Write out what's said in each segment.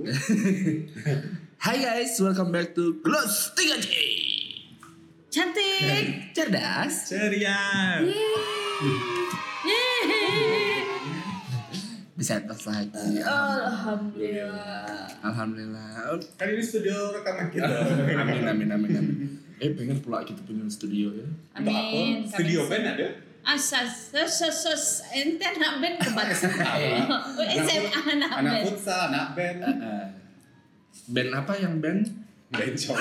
Hai guys, welcome back to Close 3J. Cantik, cerdas, ceria. bisa atas lagi. Alhamdulillah. Kan ini studio rekaman kita. Amin. Pengen pula kita punya studio ya. Untuk apa? Studio band ada? ente anak band kebat. SMA anak Anak band. futsal, anak band. Band apa yang band? Bencong.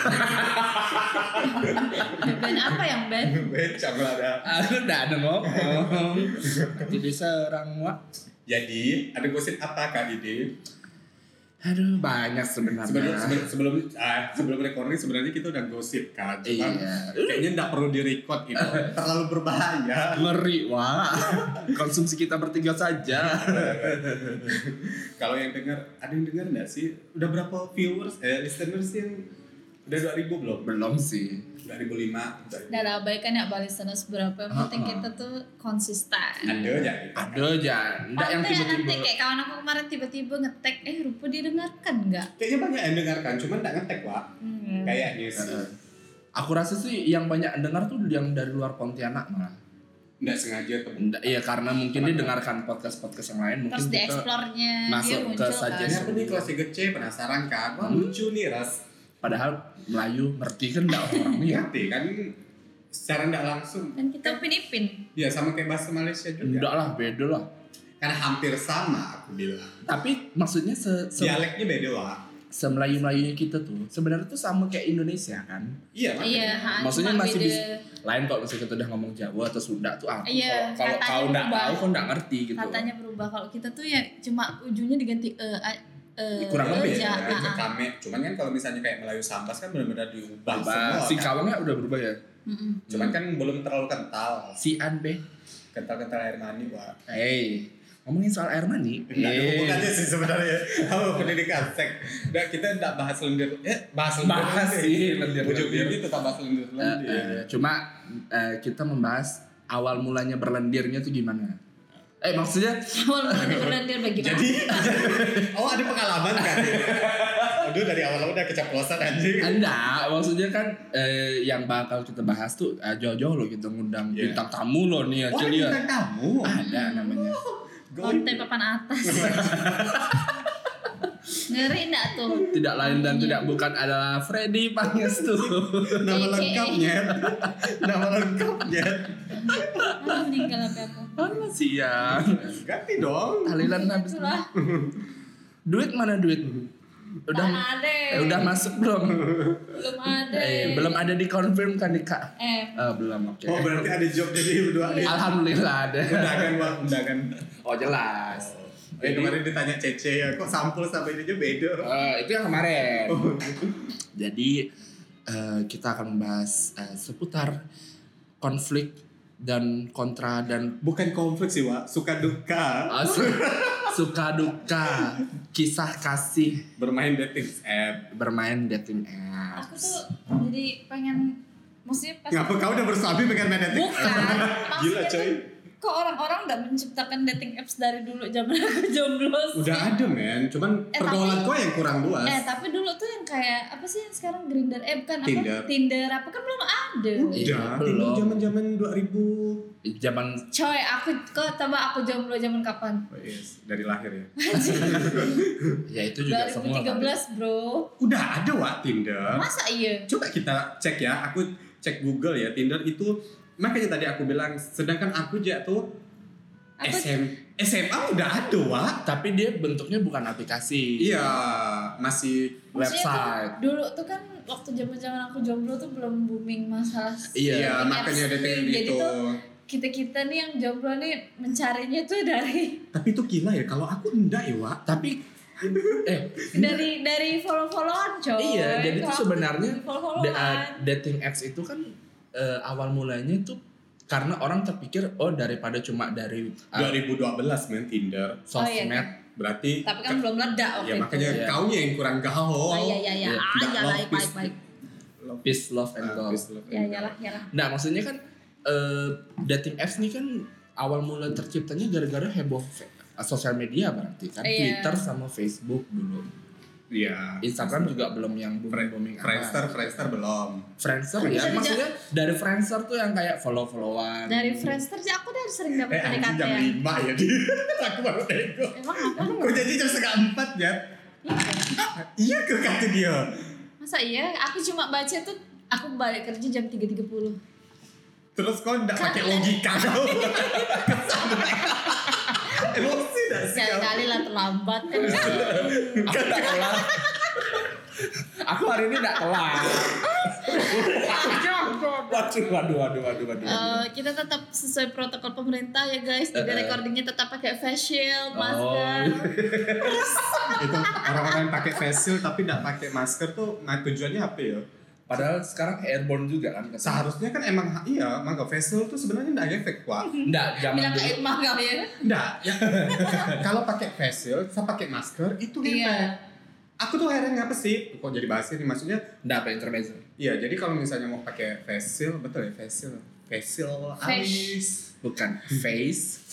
Band apa yang band? Bencong lah ada. Udah ada ngomong. Jadi serang wak. Jadi ada gosip apa Kak Didi? Aduh banyak sebenarnya. Sebelum recording sebenarnya kita udah gosip kan. Cuman Iya. kayaknya nggak perlu di-record itu. Terlalu berbahaya. Ngeri wah. Konsumsi kita bertiga saja. Kalau yang ada yang dengar nggak sih? Udah berapa viewers, listeners yang udah 2000 belum? Belum sih. 2005. Udah lah baik kan ya listeners berapa. Yang penting kita tuh konsisten. Ada aja. Ada aja. Enggak yang Nanti tiba-tiba. kayak kawan aku kemarin tiba-tiba ngetek, rupa didengarkan nggak? Kayaknya banyak yang dengarkan, cuman nggak ngetek Wak. Kayaknya sih. Aku rasa sih yang banyak dengar tuh yang dari luar Pontianak malah. Nggak sengaja tuh. Iya karena mungkin dia dengarkan podcast yang lain. Terus Mungkin di kita explore-nya masuk dia ke muncul sajian kan. Ini apa nih kelas gece penasaran kan? Wah lucu nih Ras. padahal Melayu ngerti kan enggak orang ya. Ngerti kan secara nggak langsung. Dan kita upin-ipin. Ya sama kayak bahasa Malaysia juga. Enggak lah, beda lah. Karena hampir sama aku bilang. Tapi maksudnya Dialeknya beda Wak. Semelayu-melayunya kita tuh sebenarnya tuh sama kayak Indonesia kan. Iya makanya. Iya, Maksudnya cuma masih beda. bisa lain kalau misalnya kita udah ngomong Jawa atau Sunda tuh apa? Iya, Kalau katanya kau enggak berubah. tahu kau enggak ngerti gitu. Katanya berubah. Kalau kita tuh ya cuma ujungnya diganti Kurang lebih aja. ya, kame. Cuman kan kalau misalnya kayak Melayu Sambas kan benar-benar diubah semua. Si kan. Kawangnya udah berubah ya. Cuman kan belum terlalu kental. Si Anbe. Kental-kental air mani Wak. Ngomongin soal air mani. Enggak ada hubungannya sih sebenarnya. Apa pendidikan seks. Nah, kita enggak bahas lendir. Bahas sih lendir. Ujung ini tetap bahas lendir. Cuma kita membahas awal mulanya berlendirnya tuh gimana? Maksudnya Awal berlendir bagaimana? Jadi ada pengalaman kan? Aduh dari awal udah keceplosan anjing. enggak, maksudnya kan yang bakal kita bahas tuh jauh-jauh loh kita ngundang bintang tamu loh nih Oh, Celia. bintang tamu. Ada namanya. Konten papan atas. Ngeri enggak tuh? Tidak lain dan tidak bukan adalah Freddy Pangestu. Nama lengkapnya. Nama lengkapnya. Meninggal apa? Mana siang? Ganti dong. Tahlilan habis. Itulah. Duit mana duit? Udah ada. udah masuk belum? Belum ada. Belum ada dikonfirm kan nih Kak? Belum, oke. Oh berarti ada job jadi berdua nih. Alhamdulillah ada. Undangan Wak, undangan. Oh jelas. Kemarin ditanya Cece ya, kok sampul sampai ini aja beda. Itu yang kemarin. Jadi kita akan membahas seputar konflik dan kontra dan Bukan konflik sih Wak, suka duka. suka duka kisah kasih Bermain dating app. bermain dating Aku apps. tuh jadi pengen, maksudnya pas Ngapa kau udah bersuami pengen main dating bukan. app? Gila coy. Kok orang-orang nggak menciptakan dating apps dari dulu zaman aku jomblo sih? Udah ada men, cuman pergaulan kau yang kurang luas. Tapi dulu tuh yang kayak apa sih yang sekarang Grindr, bukan Tinder. apa Tinder apa kan belum ada. Iya, Udah, belum. itu zaman-zaman 2000. Zaman Coy, kok coba aku jomblo zaman kapan? Oh, yes. Dari lahir ya. ya itu juga semua 2013 bro. Udah ada Wak Tinder. Masa iya? Coba kita cek ya, aku cek Google ya, Tinder itu makanya tadi aku bilang, sedangkan aku jatuh SMA udah ada Wak. tapi dia bentuknya bukan aplikasi. Iya, masih Website. Dulu tuh kan waktu zaman aku jomblo tuh belum booming masalah. Iya, dating makanya apps dating nih. Jadi itu. tuh kita nih yang jomblo nih mencarinya tuh dari Tapi itu gila ya, kalau aku enggak ya Wak. Tapi dari follow-followan coy. iya, jadi itu Kalau aku sebenarnya follow-followan. dating apps itu kan awal mulanya itu karena orang terpikir daripada cuma dari 2012 men Tinder. sosmed. Oh, iya, kan? Berarti Tapi kan belum meledak waktu ya itu. makanya Iya. kau yang kurang gaul. Iya. Iya. Tidak love peace. Baik. Peace, love, and love. Peace, love, Ya and iyalah. Nah maksudnya kan dating apps nih kan awal mula terciptanya gara-gara heboh sosial media berarti kan. Iya. Twitter sama Facebook dulu. Iya. Instagram juga belum yang booming Friendster belum. Friendster ya, maksudnya dari Friendster tuh yang kayak follow-followan. Dari Friendster sih aku udah sering dapet PDKT jam 5 ya di. Aku baru tengok. Emang apa? Kok jadi jam 3:30 ya? Iya ke kata dia. Masa iya? Aku cuma baca tuh, aku balik kerja jam 3.30. Terus kau enggak pakai logika kau. Emosi dah sih. Sekali-kali lah terlambat kan. Aku enggak telat. Aku hari ini enggak telat. Waduh. Kita tetap sesuai protokol pemerintah ya guys. Jadi recordingnya tetap pakai face shield, masker. Itu orang-orang yang pakai face shield tapi enggak pakai masker tuh tujuannya apa ya? Padahal sekarang airborne juga kan. Seharusnya kan emang iya, maka face shield tuh sebenarnya enggak efek, Wak. Enggak, zaman Bilang dulu. kayak mah kali ya. Enggak. Kalau pakai face shield, saya pakai masker itu efek. Iya. Aku tuh heran ngapa sih? Kok jadi bahas ini maksudnya? Enggak apa intermezzo. Iya, jadi kalau misalnya mau pakai face shield, betul ya face shield. Face shield alis. Bukan face.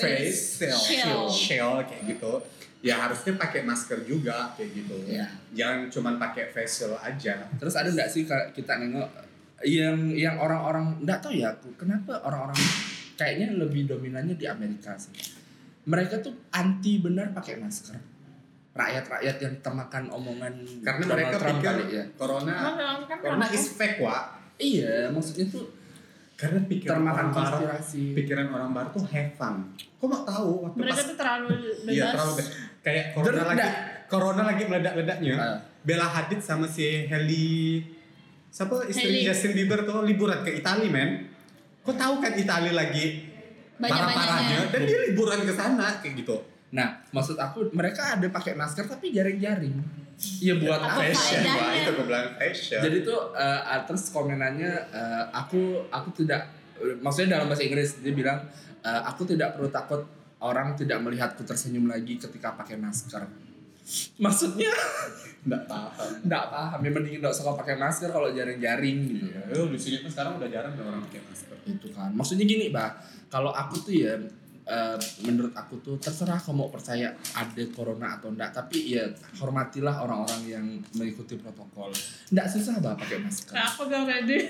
Shield kayak gitu. Ya harusnya pakai masker juga kayak gitu. Iya. Jangan cuma pakai face shield aja. Terus ada nggak sih kita nengok yang orang-orang nggak tahu ya kenapa orang-orang kayaknya lebih dominannya di Amerika sih. Mereka tuh anti benar pakai masker. Rakyat-rakyat yang termakan omongan Karena Donald mereka Trump pikir kali ya. corona is fake, Wak. Iya, maksudnya tuh Karena pikiran termakan orang barat, konspirasi. pikiran orang barat tuh have fun. Kok mau tahu waktu Mereka pas tuh terlalu bebas. iya terlalu kayak corona lagi meledak-ledaknya. Bella Hadid sama si siapa istri Hailey. Justin Bieber tuh liburan ke Italia, men. Kok tahu kan Italia lagi parah-parahnya dan dia liburan ke sana kayak gitu. Nah, maksud aku mereka ada pakai masker tapi jaring-jaring. Iya buat Apa Fashion, faedahnya? Wak. Itu gue bilang fashion. Jadi tuh terus komenannya aku tidak maksudnya dalam bahasa Inggris dia bilang aku tidak perlu takut orang tidak melihatku tersenyum lagi ketika pakai masker. Maksudnya Nggak paham. enggak paham, ya mending enggak usah pakai masker kalau jaring-jaring gitu. Iya, di sini tuh sekarang udah jarang ada orang pakai masker. Itu kan. Maksudnya gini, Bah. Kalau aku tuh ya menurut aku tuh terserah kamu mau percaya ada corona atau enggak, tapi ya hormatilah orang-orang yang mengikuti protokol. Enggak susah Bah pakai masker. Nah, aku bilang kayak dia.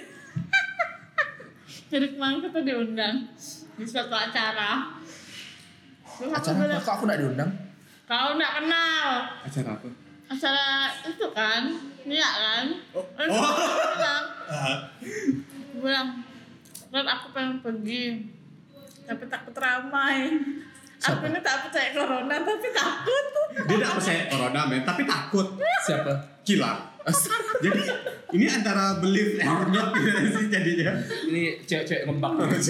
Jadi kemarin kita diundang di suatu acara. Terus aku Acara bilang, apa? Kok aku enggak diundang? kau nggak kenal Acara apa? acara itu kan, Nia kan? Terus Oh. aku bilang, Ren aku pengen pergi, tapi takut ramai. Siapa? Aku ini tak percaya corona tapi takut. Dia nggak percaya corona, men, tapi takut. Siapa? Gila. Jadi ini antara belief and not sih jadinya. Ini cewek-cewek ngembak.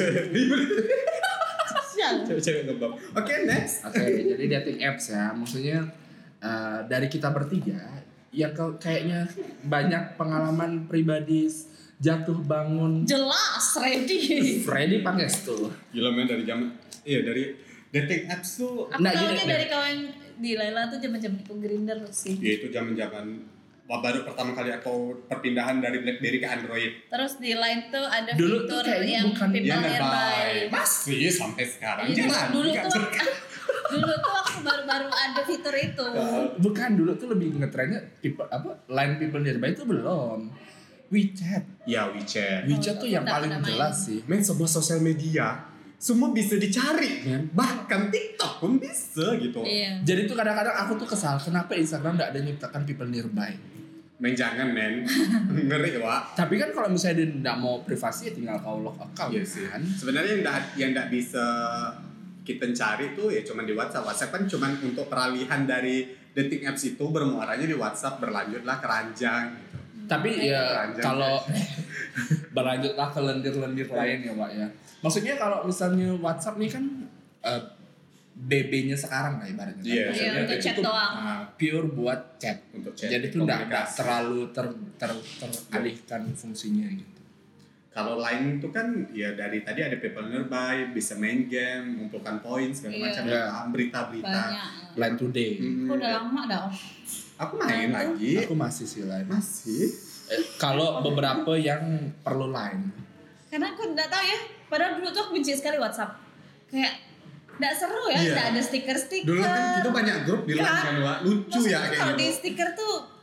Sial. Cewek-cewek ngebab. Oke, next. Oke, jadi dating apps ya, maksudnya dari kita bertiga, ya kayaknya banyak pengalaman pribadi jatuh bangun. Jelas, ready. Freddy Pangestu. Gila, men, dari zaman dari dating apps tuh. Aku Nah, tahunya gini, dari kawan di Laila tuh zaman-zaman itu Grindr sih. Ya itu zaman-zaman baru pertama kali aku perpindahan dari BlackBerry ke Android. Terus di Line tuh ada Dulu tuh fitur kayaknya yang bukan people Yang nearby. masih sampai sekarang Iya, jalan. dulu tuh aku baru ada fitur itu. Bukan, dulu tuh lebih ngetrennya line people nearby itu belum. WeChat. Ya WeChat. WeChat tuh yang Nggak paling pernah main. jelas sih. Men, sebuah sosial media semua bisa dicari, men. Bahkan TikTok pun bisa gitu. Iya. Jadi tuh kadang-kadang aku tuh kesal kenapa Instagram nggak ada nyiptakan people nearby. Men, jangan, men. Ngeri, Wak. Tapi kan kalau misalnya dia nggak mau privasi ya tinggal kau lock account. Iya sih. Kan? Sebenarnya yang nggak bisa kita cari tuh ya cuma di WhatsApp. WhatsApp kan cuma untuk peralihan dari dating apps itu bermuaranya di WhatsApp, berlanjutlah ke ranjang gitu. Tapi ya Ranjang, kalau berlanjutlah ke lendir-lendir lain ya Pak ya. Maksudnya kalau misalnya WhatsApp nih kan BB-nya sekarang lah ibaratnya. Iya. Iya, Maksudnya untuk itu chat tuh, doang. pure buat chat. Untuk chat, Jadi tuh nggak komunikasi. terlalu teralihkan fungsinya gitu. Kalau lain itu kan ya dari tadi ada people nearby, bisa main game, mengumpulkan poin segala Iya. macam, Iya. berita-berita. Banyak. Line Today. Hmm, Aku udah lama dah. Aku main lagi. Aku masih sih line. Masih. Kalau beberapa yang perlu line. Karena aku nggak tahu ya. Padahal dulu tuh aku benci sekali WhatsApp. Kayak nggak seru ya, Iya. nggak ada stiker-stiker. Dulu kan kita banyak grup di Kan? LAN kan, Wak. Lucu Maksudnya ya kayak kalau di gitu. stiker tuh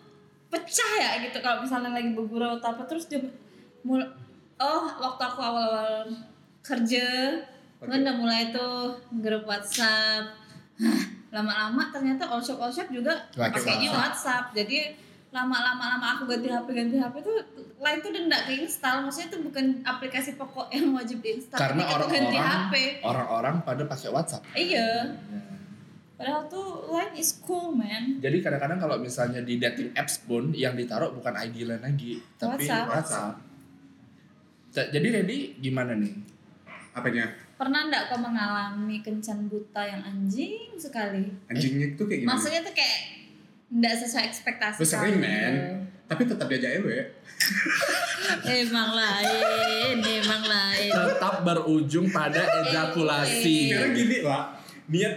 pecah ya gitu kalau misalnya lagi bergurau atau apa, terus dia waktu aku awal-awal kerja kan udah mulai tuh grup WhatsApp. Lama-lama ternyata all shop juga pakainya WhatsApp. Jadi lama aku ganti HP tuh lain tuh udah nggak keinstall. Maksudnya itu bukan aplikasi pokok yang wajib diinstal. Karena ganti HP. Orang-orang pada pakai WhatsApp. Iya. Padahal tuh line is cool man. Jadi kadang-kadang kalau misalnya di dating apps pun yang ditaruh bukan ID line lagi, tapi WhatsApp. Jadi Reddy gimana nih? Apanya? Pernah nggak kau mengalami kencan buta yang anjing sekali? Anjingnya itu kayak gimana? Maksudnya tuh kayak nggak sesuai ekspektasi. Sering men, tapi tetap diajak ewe. Emang lain. Tetap berujung pada ejakulasi. Sekarang gini Pak, niat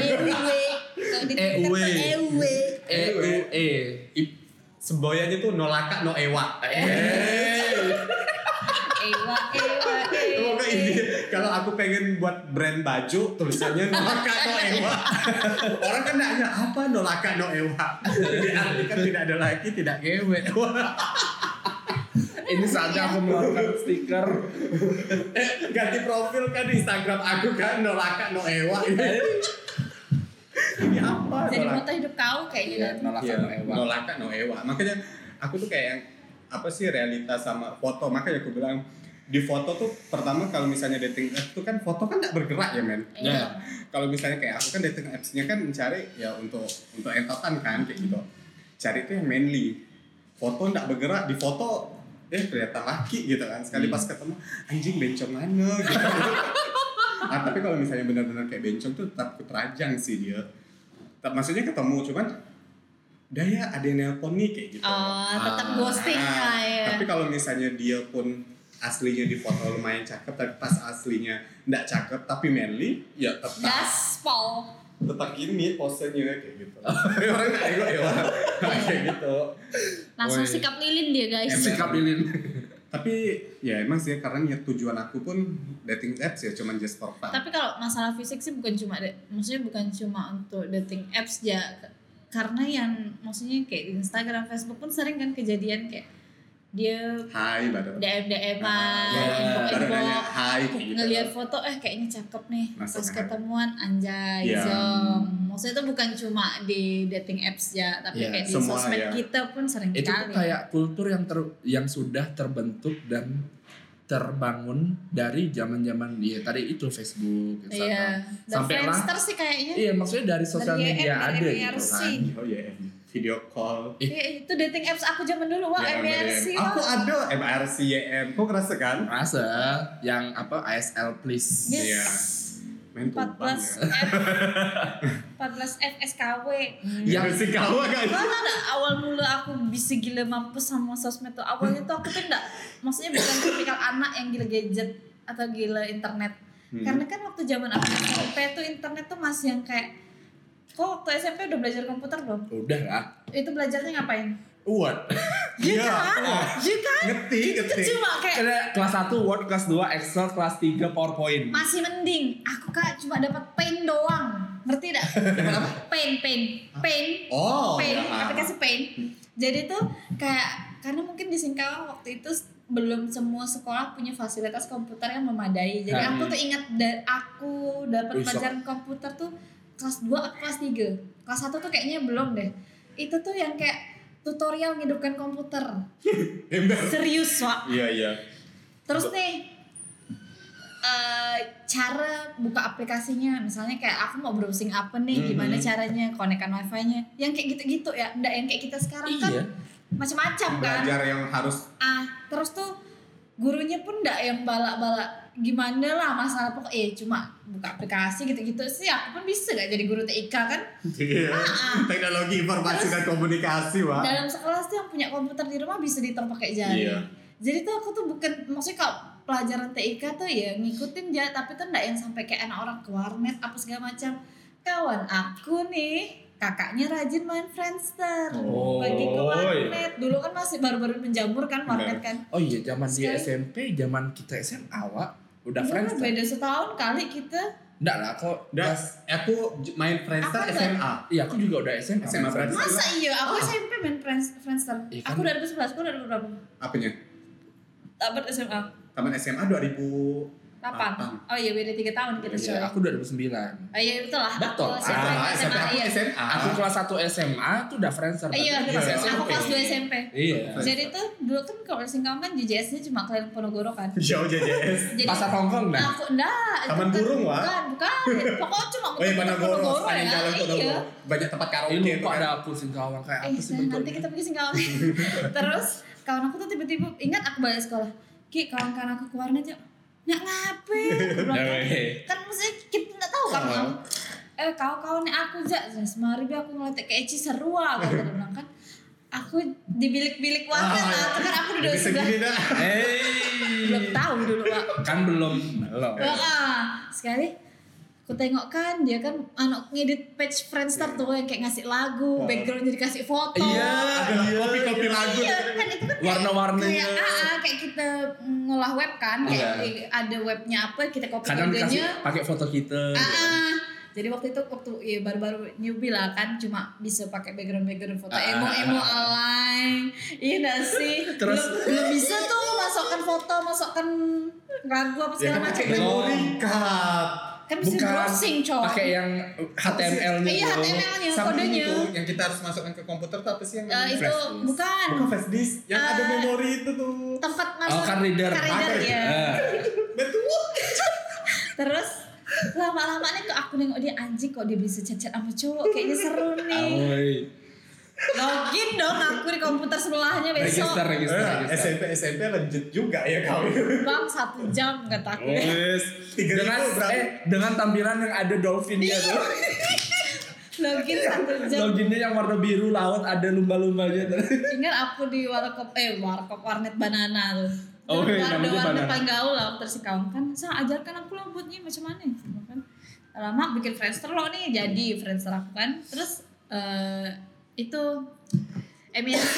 EUE. semboyannya tuh nolaka no ewa. Ewa. Pokoknya ini kalau aku pengen buat brand baju tulisannya nolaka no ewa. Orang kan nanya apa nolaka no ewa. Diartikan tidak ada laki, tidak ngewe. Ini saatnya aku mengeluarkan stiker. Ganti profil kan di Instagram aku kan nolaka no ewa. Ini apa? Jadi moto hidup kau kayaknya. Nolaka no ewa. Makanya aku tuh kayak apa sih realitas sama foto. Makanya aku bilang di foto tuh pertama kalau misalnya dating apps tuh kan foto kan nggak bergerak ya men. Iya. Kalau misalnya kayak aku kan dating apps-nya kan mencari ya untuk entotan kan kayak gitu. Cari tuh yang manly. Foto nggak bergerak, di foto kelihatan laki gitu kan. Sekali pas ketemu anjing bencong mana gitu. Tapi kalau misalnya benar-benar kayak bencong tuh tetap keterajang sih dia. Maksudnya ketemu cuman daya ada yang nelpon nih kayak gitu. Tetap ghosting lah ya. Tapi kalau misalnya dia pun aslinya di foto lumayan cakep tapi pas aslinya nggak cakep tapi manly ya tetap gaspol. Tetap gini posenya kayak gitu. Orang nggak ego ya kayak gitu. Langsung sikap lilin dia guys. Sikap lilin. Tapi ya emang sih karena niat tujuan aku pun dating apps ya cuman just for fun. Tapi kalau masalah fisik sih maksudnya bukan cuma untuk dating apps ya. Karena yang maksudnya kayak di Instagram, Facebook pun sering kan kejadian kayak dia hai baru DM-an, inbox, ngelihat foto kayaknya cakep nih. Pas ketemuan anjay, zong. Maksudnya itu bukan cuma di dating apps ya, tapi kayak di sosmed kita pun sering itu kali. Itu kayak kultur yang sudah terbentuk dan terbangun dari zaman-zaman dia tadi itu Facebook, Instagram, sampai Friendster sih kayaknya. Iya, maksudnya dari sosial media ada gitu kan. Oh iya, video call. Itu dating apps aku zaman dulu, MRC. Aku ada MRC YM, kok ngerasa kan? Ngerasa yang apa ASL please. Iya. Main 14F SKW. Yang SKW kan. Mana ada awal mula aku bisa gila mampus sama sosmed tuh. Awalnya tuh aku tuh maksudnya bukan tipikal anak yang gila gadget atau gila internet. Karena kan waktu zaman aku SMP tuh internet tuh masih yang kayak waktu SMP udah belajar komputer belum? Udah lah. Itu belajarnya ngapain? Word. Iya kan? Ngetik. Cuma kayak kelas 1 Word, kelas 2 Excel, kelas 3 PowerPoint. Masih mending. Aku cuma dapat Paint doang. Ngerti enggak? Paint. Aplikasi Paint. Jadi tuh kayak karena mungkin di Singkawang waktu itu belum semua sekolah punya fasilitas komputer yang memadai. Jadi aku tuh ingat aku dapat pelajaran komputer tuh kelas 2 atau kelas 3. Kelas 1 tuh kayaknya belum deh. Itu tuh yang kayak tutorial ngidupkan komputer. Serius, Wak. Iya. Terus nih cara buka aplikasinya, misalnya kayak aku mau browsing apa nih, gimana caranya konekkan wifi-nya. Yang kayak gitu-gitu ya, enggak yang kayak kita sekarang kan macam-macam kan. Belajar yang harus terus tuh gurunya pun enggak yang balak-balak gimana lah masalah pokoknya cuma buka aplikasi gitu-gitu sih. Aku pun bisa gak jadi guru TIK kan. Teknologi informasi dan komunikasi, Wak. Dalam sekolah sih yang punya komputer di rumah bisa ditaruh pakai jari. Jadi tuh aku tuh bukan, maksudnya kalau pelajaran TIK tuh ya ngikutin aja, tapi tuh enggak yang sampai kayak anak orang ke warnet apa segala macam. Kawan aku nih kakaknya rajin main Friendster, pergi ke warnet. Dulu kan masih baru-baru menjamur kan warnet kan. Oh iya, zaman dia SMP, zaman kita SMA, Wak, udah Friendster. Beda setahun kali kita. Enggak lah, kok Aku main Friendster Aku SMA. iya aku juga udah SMA. SMA berarti. Masa iya? Aku SMP main Friendster. Iya kan? Aku 2011, aku 2000 berapa? Apanya? Tamat SMA. Taman SMA 2008. 8. Oh iya, beda 3 tahun kita coy. Iya, aku 2009. Oh iya betul lah. Betul. Aku SMP, SMA, aku iya. SMA. Aku kelas 1 SMA tuh udah Friendster. Iya, aku kelas 2 SMP. Iya. Jadi tuh dulu kan kalau Singkawang kan JJS-nya cuma kalian Ponorogo kan. Jauh JJS. Jadi Pasar Hongkong dah. aku enggak. Taman Burung, Wak. Bukan. Pokoknya cuma Oh iya, Ponorogo, sepanjang jalan Iya. Ponorogo. Banyak tempat karaoke Ini itu lupa kan. ada aku Singkawang kayak apa sih Nanti bentuknya? kita pergi Singkawang. Terus kawan aku tuh tiba-tiba ingat aku balik sekolah. Ki, kawan-kawan aku ke warnet yuk. Nggak ngapain? Aku bilang, kan maksudnya kita nggak tahu kan. Kawan-kawannya aku semari aku ngeliat kayak Eci seru aku bilang kan. Aku di bilik-bilik warnet lah, kan aku duduk sebelah. Segini dah. Belum tahu dulu Pak. Kan belum. Sekali aku tengok kan dia kan anak ngedit page Friendster tuh yang kayak ngasih lagu, background jadi kasih foto. Iya, Ada kopi-kopi lagu. Iya, kan itu kan warna-warninya. kayak kita ngolah web kan, kayak ada webnya apa kita copy Kadang dikasih idenya. pakai foto kita. Jadi waktu itu ya baru-baru newbie lah kan, cuma bisa pakai background foto emo alay. Iya enggak sih? Terus belum bisa tuh masukkan foto, masukkan lagu apa Ya segala kan macam. pakai memory card. Kan bisa browsing, coy. Pakai yang HTML-nya. Iya, HTML-nya, Sama kodenya. itu yang kita harus masukkan ke komputer tuh apa sih yang Itu Flash disk. bukan bukan flash disk yang ada memori itu tuh. tempat masuk card reader. ya. Betul. Terus lama-lamanya kok aku nengok dia, anjing kok dia bisa chat sama cowok, kayaknya seru nih. Oi. Login dong aku di komputer sebelahnya besok. Register. SMP lanjut juga ya kau. Bang 1 jam kataku. Yes. Dengan tampilan yang ada dolphinnya tuh. Login 1 jam. Loginnya yang warna biru laut ada lumba-lumbanya tuh. Ingat aku di warnet banana tuh. Oh, iya, namanya warnet Banana. paling gaul lah terus kawan kan. Saya ajarkan aku lah buatnya macam mana kan. Lama bikin Friendster lo nih, jadi Friendster aku kan. Terus itu MNC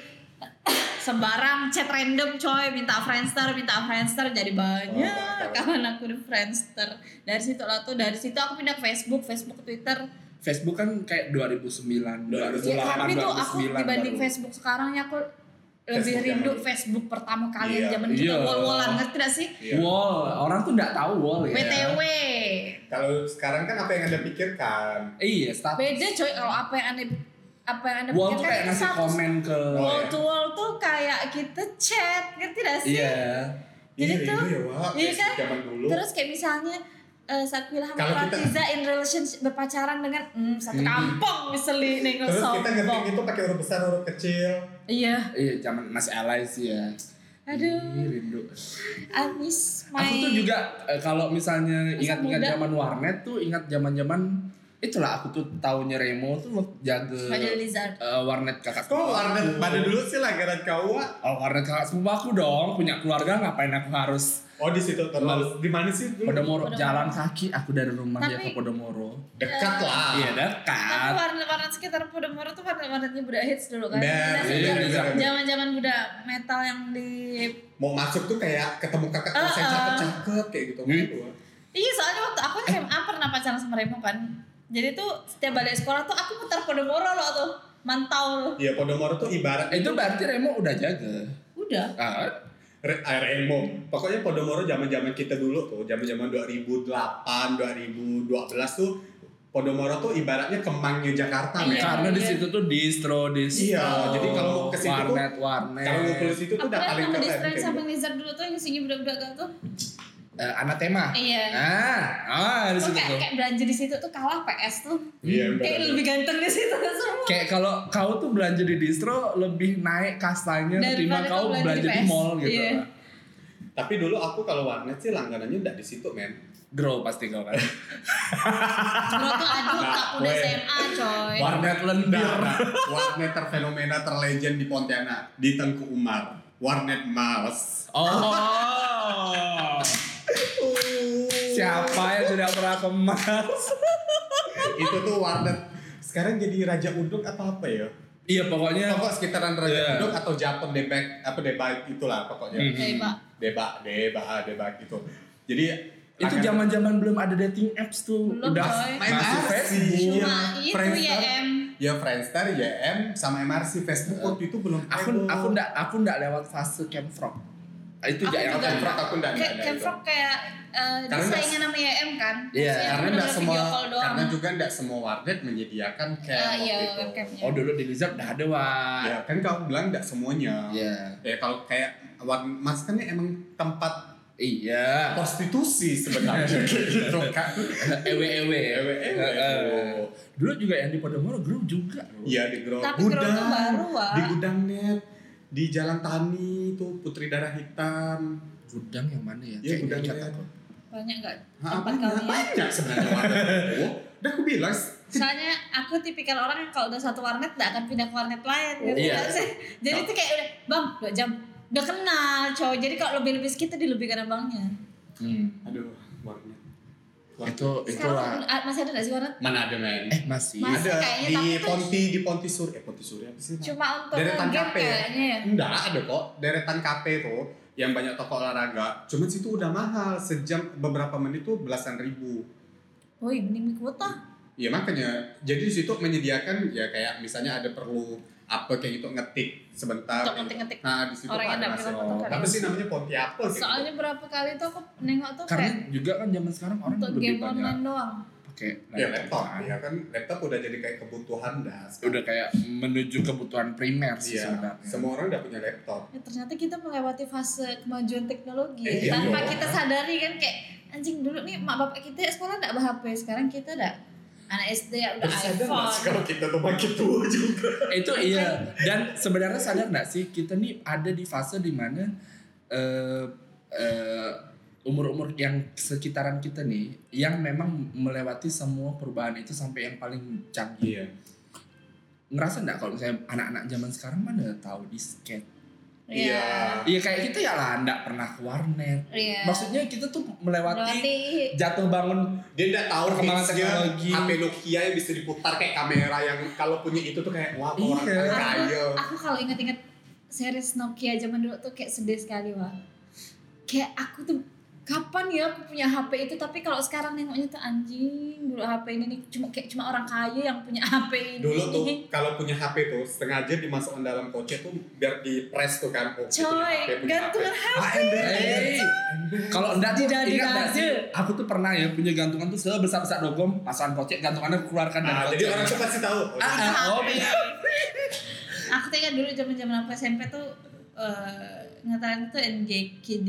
sembarang chat random coy, minta Friendster jadi banyak kawan aku di Friendster. Dari situ aku pindah ke Facebook, Twitter. Facebook kan kayak 2009, 2008, Ya, tapi tuh aku 2009 dibanding baru. Facebook sekarangnya aku lebih Facebook rindu zaman- Facebook pertama kali Iya. zaman kita Iya. wall-wallan, ngerti gak sih? Iya. Wall, orang tuh nggak tahu wall ya. BTW. Kalau sekarang kan apa yang Anda pikirkan? Iya, status. Beda coy kalau apa yang anda Wall tuh pikirkan kayak itu ngasih status. komen ke. Wall to wall tuh kayak kita chat, ngerti gak sih? Iya. Jadi Iya, tuh, ya, Wak. iya kan? Zaman dulu. Terus kayak misalnya Sakila sama Kalau kita- Pratiza in relationship berpacaran dengan satu kampung misalnya nengok Terus kita sombong. ngerti itu pakai huruf besar, huruf kecil. Iya. Iya, zaman masih alay sih ya. Aduh. Ih, rindu. I miss my. Aku tuh juga kalau misalnya Masa ingat-ingat muda. zaman warnet tuh ingat zaman-zaman itulah aku tuh taunya Remo tuh jaga Pada Lizard. warnet kakak. Kok warnet pada dulu sih langganan kau, Wak? Oh, warnet kakak sepupu aku dong, punya keluarga ngapain aku harus Oh, di situ terus. Di mana sih dulu? Podomoro, Podomoro. jalan kaki aku dari rumah dia Tapi- ke Podomoro. Dekat lah. Iya, Tapi dekat. warnet-warnet sekitar Podomoro tuh warnet-warnetnya budak hits dulu kan. Nah, iya, iya. Zaman-zaman budak metal yang di. Mau masuk tuh kayak ketemu kakak kelas yang cakep-cakep kayak gitu. Iya, soalnya waktu aku SMA pernah pacaran sama Remo kan. Jadi tuh setiap balik sekolah tuh aku putar Podomoro loh tuh, mantau loh. Iya, Podomoro tuh ibarat Itu berarti Remo udah jaga. Udah. Remo. Pokoknya Podomoro zaman-zaman kita dulu tuh, zaman-zaman 2008, 2012 tuh Podomoro tuh ibaratnya kemangnya Jakarta, men. Iya. Karena di situ tuh distro. Iya, jadi kalau mau ke situ tuh warnet. kalau ngumpul di situ tuh Aku udah kan paling sama keren. distrain kayak sama gitu. Lizard dulu tuh yang isinya budak-budak gak tuh. Anak tema. Iya. Di Tuh situ tuh. kayak belanja di situ tuh kalah PS tuh. Iya, Kayak benar. lebih ganteng di situ semua. Kayak kalau kau tuh belanja di distro lebih naik kastanya ketimbang Daripada kau kau belanja belanja di di PS. mall gitu. Iya. Tapi dulu aku kalau warnet sih langganannya udah di situ, men. Grow pasti kau kan. Bro tuh aduh tak udah weh. SMA coy. Warnet lendir. Warnet terfenomena terlegend di Pontianak, di Tengku Umar. Warnet Mars. Oh. Siapa yang tidak pernah ke Mars? Itu tuh warnet sekarang jadi Raja Uduk apa ya? Iya pokoknya. Pokok sekitaran Raja Iya. Uduk atau Japon Debak itulah pokoknya. Hmm. Kayak Pak. Debak gitu. Jadi Itu zaman-zaman belum ada dating apps tuh. Belum, Udah coy. masuk Facebook. Cuma itu YM. Ya Friendster, YM sama MRC. Facebook waktu itu belum. Aku enggak lewat fase Camfrog. Itu Aku yang juga. Camfrog aku enggak ada. Camfrog kayak Karena saingan sama YM kan. Iya, Maksudnya Karena bener-bener enggak semua, video call doang. karena juga enggak semua warnet menyediakan cam Iya, waktu itu. webcamnya. Oh dulu di Lizard udah ada wah. Ya kan kamu bilang enggak semuanya. Iya. Ya kalau kayak Mas kan ini emang tempat Iya. prostitusi sebenarnya gitu kan. Ewe. Ewe. Dulu juga yang di Podomoro Grow juga. Iya di Grow. Tapi Grow tuh baru, Wak. Di Gudang Net, di Jalan Tani tuh Putri Darah Hitam. Gudang yang mana ya? Iya, Kayaknya gudang ingat ya. aku. Banyak nggak Hah, tempat kalian? banyak sebenarnya warnet. Udah aku bilang. Soalnya aku tipikal orang yang kalau udah satu warnet nggak akan pindah ke warnet lain gitu. Iya. Nggak sih? Jadi tuh kayak udah bang 2 jam udah kenal cowok. Jadi kalau lebih kita dilebihkan abangnya. Aduh, warnet. Itu Sekarang lah. masih ada nggak sih warnet? Mana ada men? Masih. Masih. Ada kayaknya, di tapi tuh Ponti Suri apa sih? Cuma untuk Deretan game kafe ya? kayaknya ya. Enggak ada kok, deretan kafe tuh yang banyak toko olahraga. Cuman situ udah mahal, sejam beberapa menit tuh belasan ribu. Woi, mending kuota. Ya makanya, jadi di situ menyediakan ya kayak misalnya ada perlu apa kayak gitu ngetik sebentar. Untuk ngetik-ngetik. Nah di situ Orang yang ada nggak masih. bilang foto kali. Apa sih namanya Ponti apa? Kayak Soalnya gitu. berapa kali tuh aku nengok tuh Karena kayak juga kan zaman sekarang orang untuk lebih game banyak online doang. pakai Ya laptop, ya kan laptop udah jadi kayak kebutuhan dah. Udah kayak menuju kebutuhan primer sih Iya, sebenarnya. semua orang udah punya laptop. Ya, ternyata kita melewati fase kemajuan teknologi Iya, tanpa iya. kita sadari kan kayak anjing dulu nih mak bapak kita sekolah nggak bawa HP, sekarang kita udah anak SD ya udah Terus sadar nggak iPhone. sih kalau kita tuh makin tua juga. Itu iya. Dan sebenarnya sadar nggak sih kita nih ada di fase dimana umur-umur yang sekitaran kita nih yang memang melewati semua perubahan itu sampai yang paling canggih. Iya. Ngerasa nggak kalau misalnya anak-anak zaman sekarang mana tahu disket? Iya. Iya kayak kita ya lah nggak pernah ke warnet. Iya. Maksudnya kita tuh melewati Melewati jatuh bangun. Dia nggak tahu Perkembangan hitsnya teknologi. HP Nokia yang bisa diputar kayak kamera yang kalau punya itu tuh kayak wah orang Iya. kaya. Aku kalau inget-inget series Nokia zaman dulu tuh kayak sedih sekali wah. Kayak aku tuh kapan ya aku punya HP itu, tapi kalau sekarang nengoknya tuh anjing dulu HP ini nih cuma orang kaya yang punya HP ini. Dulu tuh kalau punya HP tuh sengaja dimasukkan dalam kocek tuh biar di press tuh kan. Oh, dia punya Coy, HP, punya gantungan HP. Kalau enggak tuh Jadi ingat nggak sih? aja. Aku tuh pernah ya punya gantungan tuh sebesar dogom, masukan kocek, gantungannya aku keluarkan dari Nah, kocek. jadi orang tuh pasti tahu. Oh, Aku tuh ingat dulu zaman-zaman aku SMP tuh ngatakan tuh NGKD.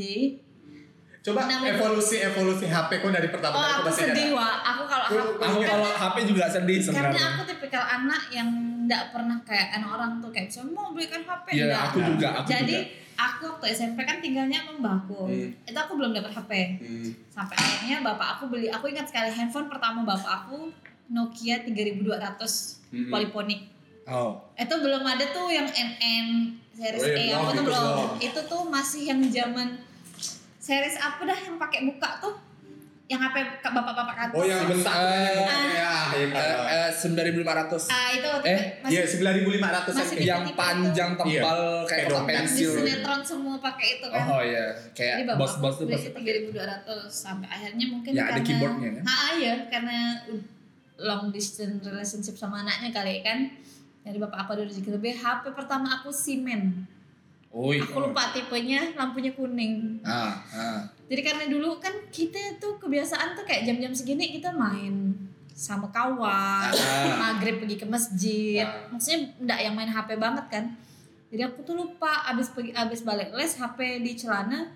Coba evolusi HP kok dari pertama kali Aku masih sedih ada. wah. Aku kalau Aku kalau HP juga sedih karena sebenarnya. aku tipikal anak yang nggak pernah kayak anak orang tuh kayak misalnya mau belikan HP Iya, enggak. aku juga. Jadi aku waktu SMP kan tinggalnya sama mbahku. Itu aku belum dapat HP. Sampai akhirnya bapak aku beli. Aku ingat sekali handphone pertama bapak aku Nokia 3200 Polyphonic. Oh. Itu belum ada tuh yang NN series Oh, iya, E apa tuh itu belum. belum. Itu tuh masih yang zaman series apa dah yang pakai buka tuh? Yang HP bapak-bapak atas. Oh yang bentak ya, ya. 9.500. Itu masih Iya 9.500 Masih yang Yang tipe-tipe panjang itu. tebal Iya. kayak Kayak kotak dompet. di pensil. sinetron semua pakai itu kan. Oh iya, Jadi kayak bapak bos-bos aku tuh beli pasti pakai. 3.200 sampai akhirnya mungkin Ya, ada karena keyboardnya kan? iya karena long distance relationship sama anaknya kali kan. Jadi bapak aku ada rezeki lebih. HP pertama aku Siemens. Oi. Aku lupa tipenya, lampunya kuning. Jadi karena dulu kan kita tuh kebiasaan tuh kayak jam-jam segini kita main sama kawan, maghrib pergi ke masjid. Maksudnya enggak yang main HP banget kan. Jadi aku tuh lupa abis balik les HP di celana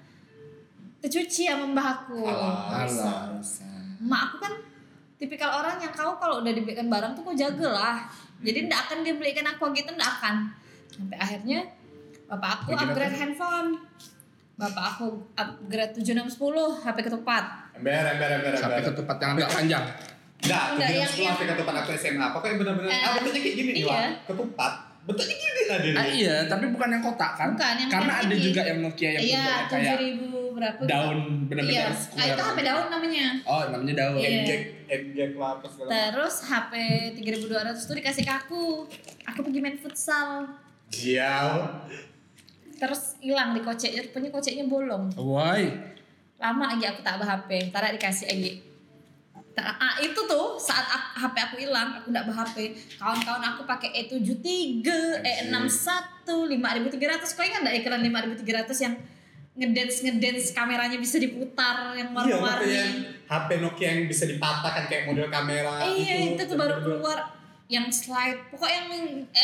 tercuci sama mbah aku. Alah. Mak aku kan tipikal orang yang kau kalau udah dibelikan barang tuh kau jagalah. Jadi ndak akan dia belikan aku gitu, ndak akan. Sampai akhirnya bapak aku upgrade handphone. Bapak aku upgrade 7610 HP ketupat. Ember. Sampai ketupat yang agak panjang. Enggak, Enggak, yang- HP ketupat aku SMA. Pokoknya benar-benar bentuknya kayak gini nih, iya. Wak. Ketupat. Bentuknya gini lah dia. Iya, tapi bukan yang kotak kan? Bukan, yang Karena kayak ada gini. juga yang Nokia yang Iya, bentuknya kayak 7.000 berapa? gitu. daun Iya, benar-benar itu HP daun namanya. Oh, namanya daun. Iya. Enggak lah apa segala. Terus HP 3.200 tuh dikasih ke aku. Aku pergi main futsal. Jiao. Terus hilang di koceknya, rupanya koceknya bolong. Why? lama lagi aku tak HP, ntar dikasih lagi. Itu tuh saat HP aku hilang, aku nggak HP. Kawan-kawan aku pakai E73, E61, 5300. Kau ingat nggak iklan 5300 yang ngedance kameranya bisa diputar, yang warna-warni? Iya, HP Nokia yang bisa dipatahkan kayak model kamera. Iya, itu tuh baru keluar yang slide. Pokoknya yang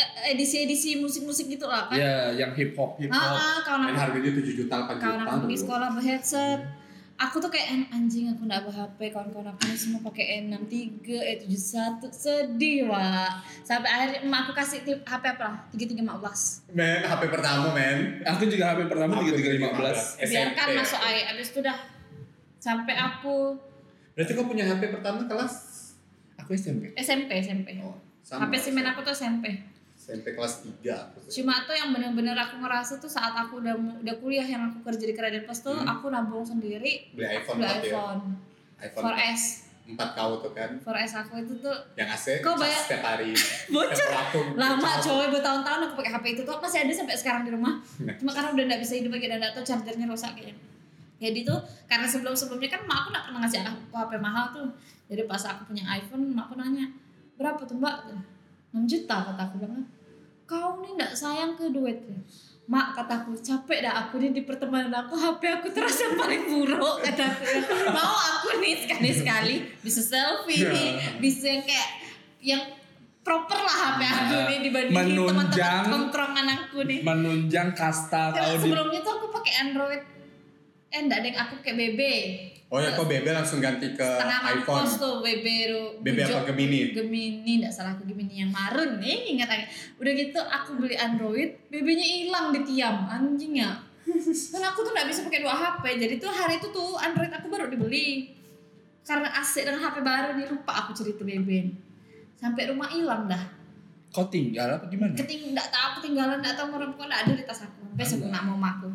edisi musik-musik gitu lah kan. Iya, yang hip hop. Kawan aku, harganya 7 juta, 8 juta. kawan aku pergi sekolah berheadset. Aku tuh kayak anjing, aku nggak bawa HP, kawan-kawan aku ini semua pakai E63, E71, sedih Wak. Sampai akhirnya emak aku kasih HP apa lah, 3315. Men, HP pertama men. Aku juga HP pertama 3315. Biarkan masuk air, abis itu dah sampai aku. Berarti kau punya HP pertama kelas? Aku SMP. Oh, sama. HP simen aku tuh SMP. SMP kelas 3. Cuma tuh yang benar-benar aku ngerasa tuh saat aku udah kuliah, yang aku kerja di Kredit Pos tuh aku nabung sendiri. Beli iPhone. iPhone 4S. 4 kau tuh kan. 4S aku itu tuh yang AC kau bayar setiap hari. bocor. Lama coy, bertahun-tahun aku pakai HP itu tuh masih ada sampai sekarang di rumah. Cuma karena udah enggak bisa hidup lagi dan enggak tahu chargernya rusak kayaknya. Jadi tuh karena sebelumnya kan mak aku enggak pernah ngasih aku HP mahal tuh. Jadi pas aku punya iPhone, mak aku nanya, "Berapa tuh, Mbak?" 6 juta kata aku bilang. Kau nih enggak sayang ke duit ya? Mak, kataku, capek dah aku nih di pertemanan aku, HP aku terus yang paling buruk, kataku. Mau aku nih sekali-sekali bisa selfie nih, bisa yang kayak yang proper lah HP aku nih dibandingin teman-teman tongkrongan aku nih. Menunjang kasta kau di. Sebelumnya tuh aku pakai Android. Enggak deh, aku pakai BB. Oh ya, kok BB langsung ganti ke Setengah iPhone. mampus tuh BB apa Gemini? Gemini, enggak salah, aku Gemini yang marun nih, ingat aja. Udah gitu aku beli Android, BB-nya hilang di tiam, anjing ya. Dan aku tuh enggak bisa pakai 2 HP. Jadi tuh hari itu tuh Android aku baru dibeli. Karena asik dengan HP baru nih, lupa aku cerita BB. Sampai rumah hilang dah. Kau tinggal apa gimana? Enggak tahu aku tinggalan, enggak tahu orang pun enggak ada di tas aku. Besok nak mau aku.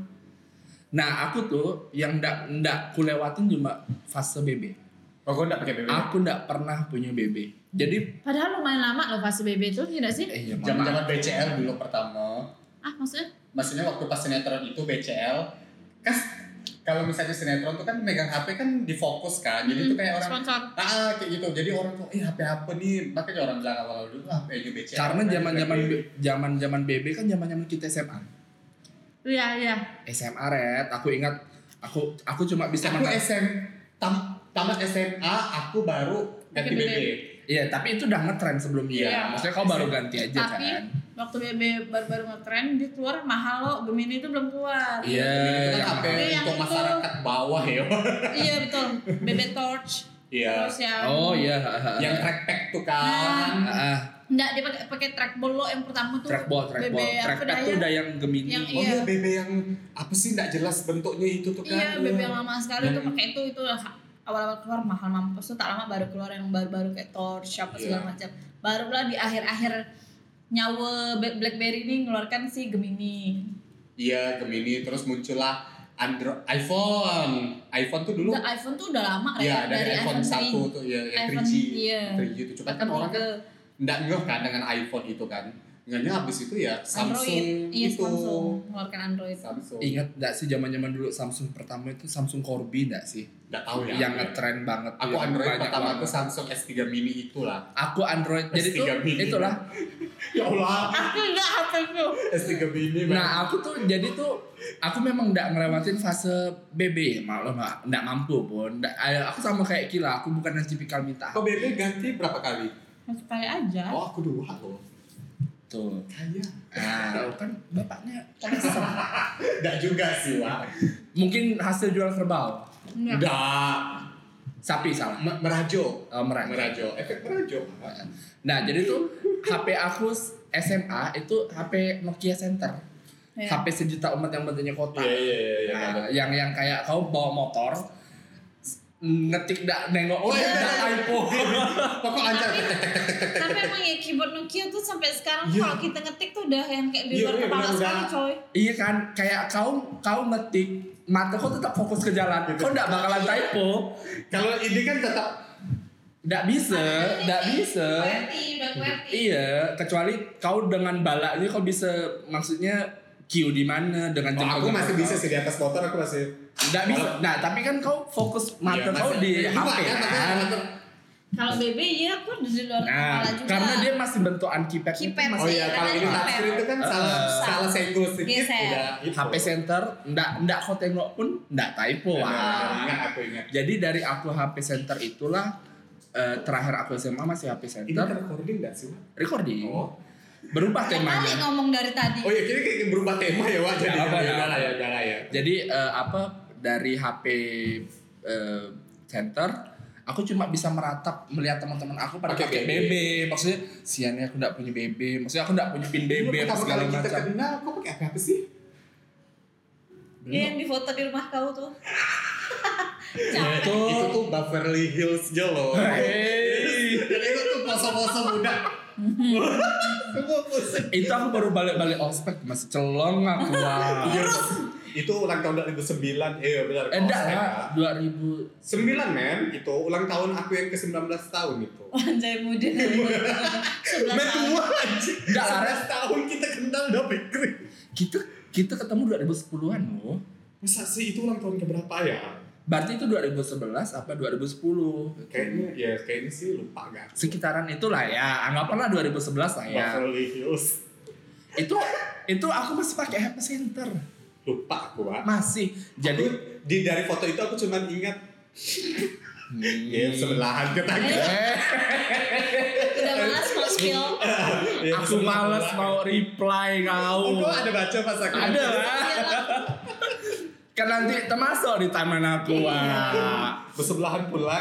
Nah, aku tuh yang ndak kulewatin cuma fase BB. Oh, kau enggak pakai BB? Aku ndak pernah punya BB. Jadi padahal lumayan lama loh fase BB itu, tidak sih? Iya, zaman-zaman BCL dulu pertama. Maksudnya? Maksudnya waktu pas sinetron itu BCL, kan kalau misalnya sinetron tuh kan megang HP kan difokus kan. Jadi tuh kayak orang sponsor. kayak gitu. Jadi orang tuh HP apa nih? Makanya orang bilang awal dulu HP BCL. Karena zaman BB kan zaman kita SMA. Iya. SMA Red, aku ingat aku cuma bisa aku tamat SMA aku baru ganti BB. Iya, tapi itu udah ngetren sebelumnya. Iya. Maksudnya kau baru ganti aja tapi, kan. Waktu BB baru ngetren, dia keluar mahal loh. Gemini itu belum keluar. Iya. Itu kan HP untuk masyarakat bawah ya. Iya betul. BB Torch. Iya. Terus yang yang trackpad tuh kan. Enggak, dia pakai trackball lo yang pertama tuh. Trackball. Trackpad tuh udah yang Gemini. Iya, BB yang apa sih enggak jelas bentuknya itu tuh kan. Iya, BB yang lama sekali tuh pakai itu awal-awal keluar mahal mampus tuh, tak lama baru keluar yang baru-baru kayak Torch apa segala macam. Barulah di akhir-akhir nyawa BlackBerry ini ngeluarkan si Gemini. Iya, Gemini, terus muncullah iPhone tuh dulu. iPhone tuh udah lama ya, dari iPhone 1 tuh ya, yang 3G. Iya. 3G itu cuma kan orang kan enggak ngeh kan dengan iPhone itu kan. Ngehnya habis itu ya Samsung Android. Iya, itu. Samsung mengeluarkan Android. Samsung. Ingat enggak sih zaman-zaman dulu Samsung pertama itu Samsung Corby enggak sih? Enggak tahu ya. Yang ngetren banget. Aku Android pertama tuh Samsung S3 mini itulah. Aku Android jadi tuh itulah. Ya Allah. Aku enggak HP itu. S3 mini. Nah, aku tuh jadi tuh aku memang enggak ngelewatin fase BB, malah enggak mampu pun. Aku sama kayak Kila, aku bukan yang tipikal minta. Kok BB ganti berapa kali? Sekali aja. Oh, aku 2 loh. Tuh. Kaya. Kan bapaknya Enggak juga sih, Wak. mungkin hasil jual kerbau. Enggak. Sapi salah. Merajo. Merajo. Efek merajo. Nah, jadi tuh HP aku SMA itu HP Nokia Center. HP sejuta umat yang bentuknya kotak. Iya. Yang kayak kau bawa motor ngetik nengok typo. Pokok lancar. Tapi emang ya keyboard Nokia tuh sampai sekarang kalau kita ngetik tuh udah yang kayak di luar kepala sekali coy. Iya kan, kayak kau ngetik, mata kau tetap fokus ke jalan. Kau enggak bakalan typo. Kalau ini kan tetap enggak bisa. Iya, kecuali kau dengan balanya kau bisa, maksudnya queue di mana dengan aku masih bisa sih di atas motor, aku masih nggak bisa. Nah tapi kan kau fokus mata kau di HP kan. Kalau BB ya aku di luar kepala juga. Karena dia masih bentukan keypad. Oh iya, kalau ini touchscreen itu kan salah senggol sedikit udah itu. HP center ndak kau tengok pun ndak typo. Ingat aku ingat. Jadi dari aku HP center itulah terakhir aku SMA masih HP center. Ini recording nggak sih? Recording. Oh. Berubah temanya. Kali ngomong dari tadi. Oh iya, kira berubah tema ya Wak. Jadi ya. Jadi dari HP center, aku cuma bisa meratap melihat teman-teman aku pada pakai BB. Maksudnya siannya aku nggak punya BB. Maksudnya aku nggak punya pin BB apa segala macam. Kita kenal, kok pakai apa sih? Yang di foto di rumah kau tuh. Itu tuh Beverly Hills aja loh. Jadi itu tuh pose-pose muda. Itu aku baru balik ospek masih celong aku. Itu ulang tahun 2009. Benar. Enggak, 2009 men. Itu ulang tahun aku yang ke-19 tahun itu. Anjay muda. 11 tahun. Enggak lah, 11 tahun kita kenal udah pikir. Kita ketemu 2010-an loh. Masa sih itu ulang tahun keberapa ya? Berarti itu 2011 apa 2010? Kayaknya sih lupa gak. Sekitaran itulah ya, anggaplah 2011 lah ya. Beverly Hills. Itu aku masih pakai HP center. Lupa aku, Wak. Masih. Jadi dari foto itu aku cuma ingat sebelahan ketangga. Udah malas mau spill. Aku malas mau reply kau. Kok ada baca pas aku? Ada lah. Kan nanti termasuk di taman aku. Bersebelahan pula.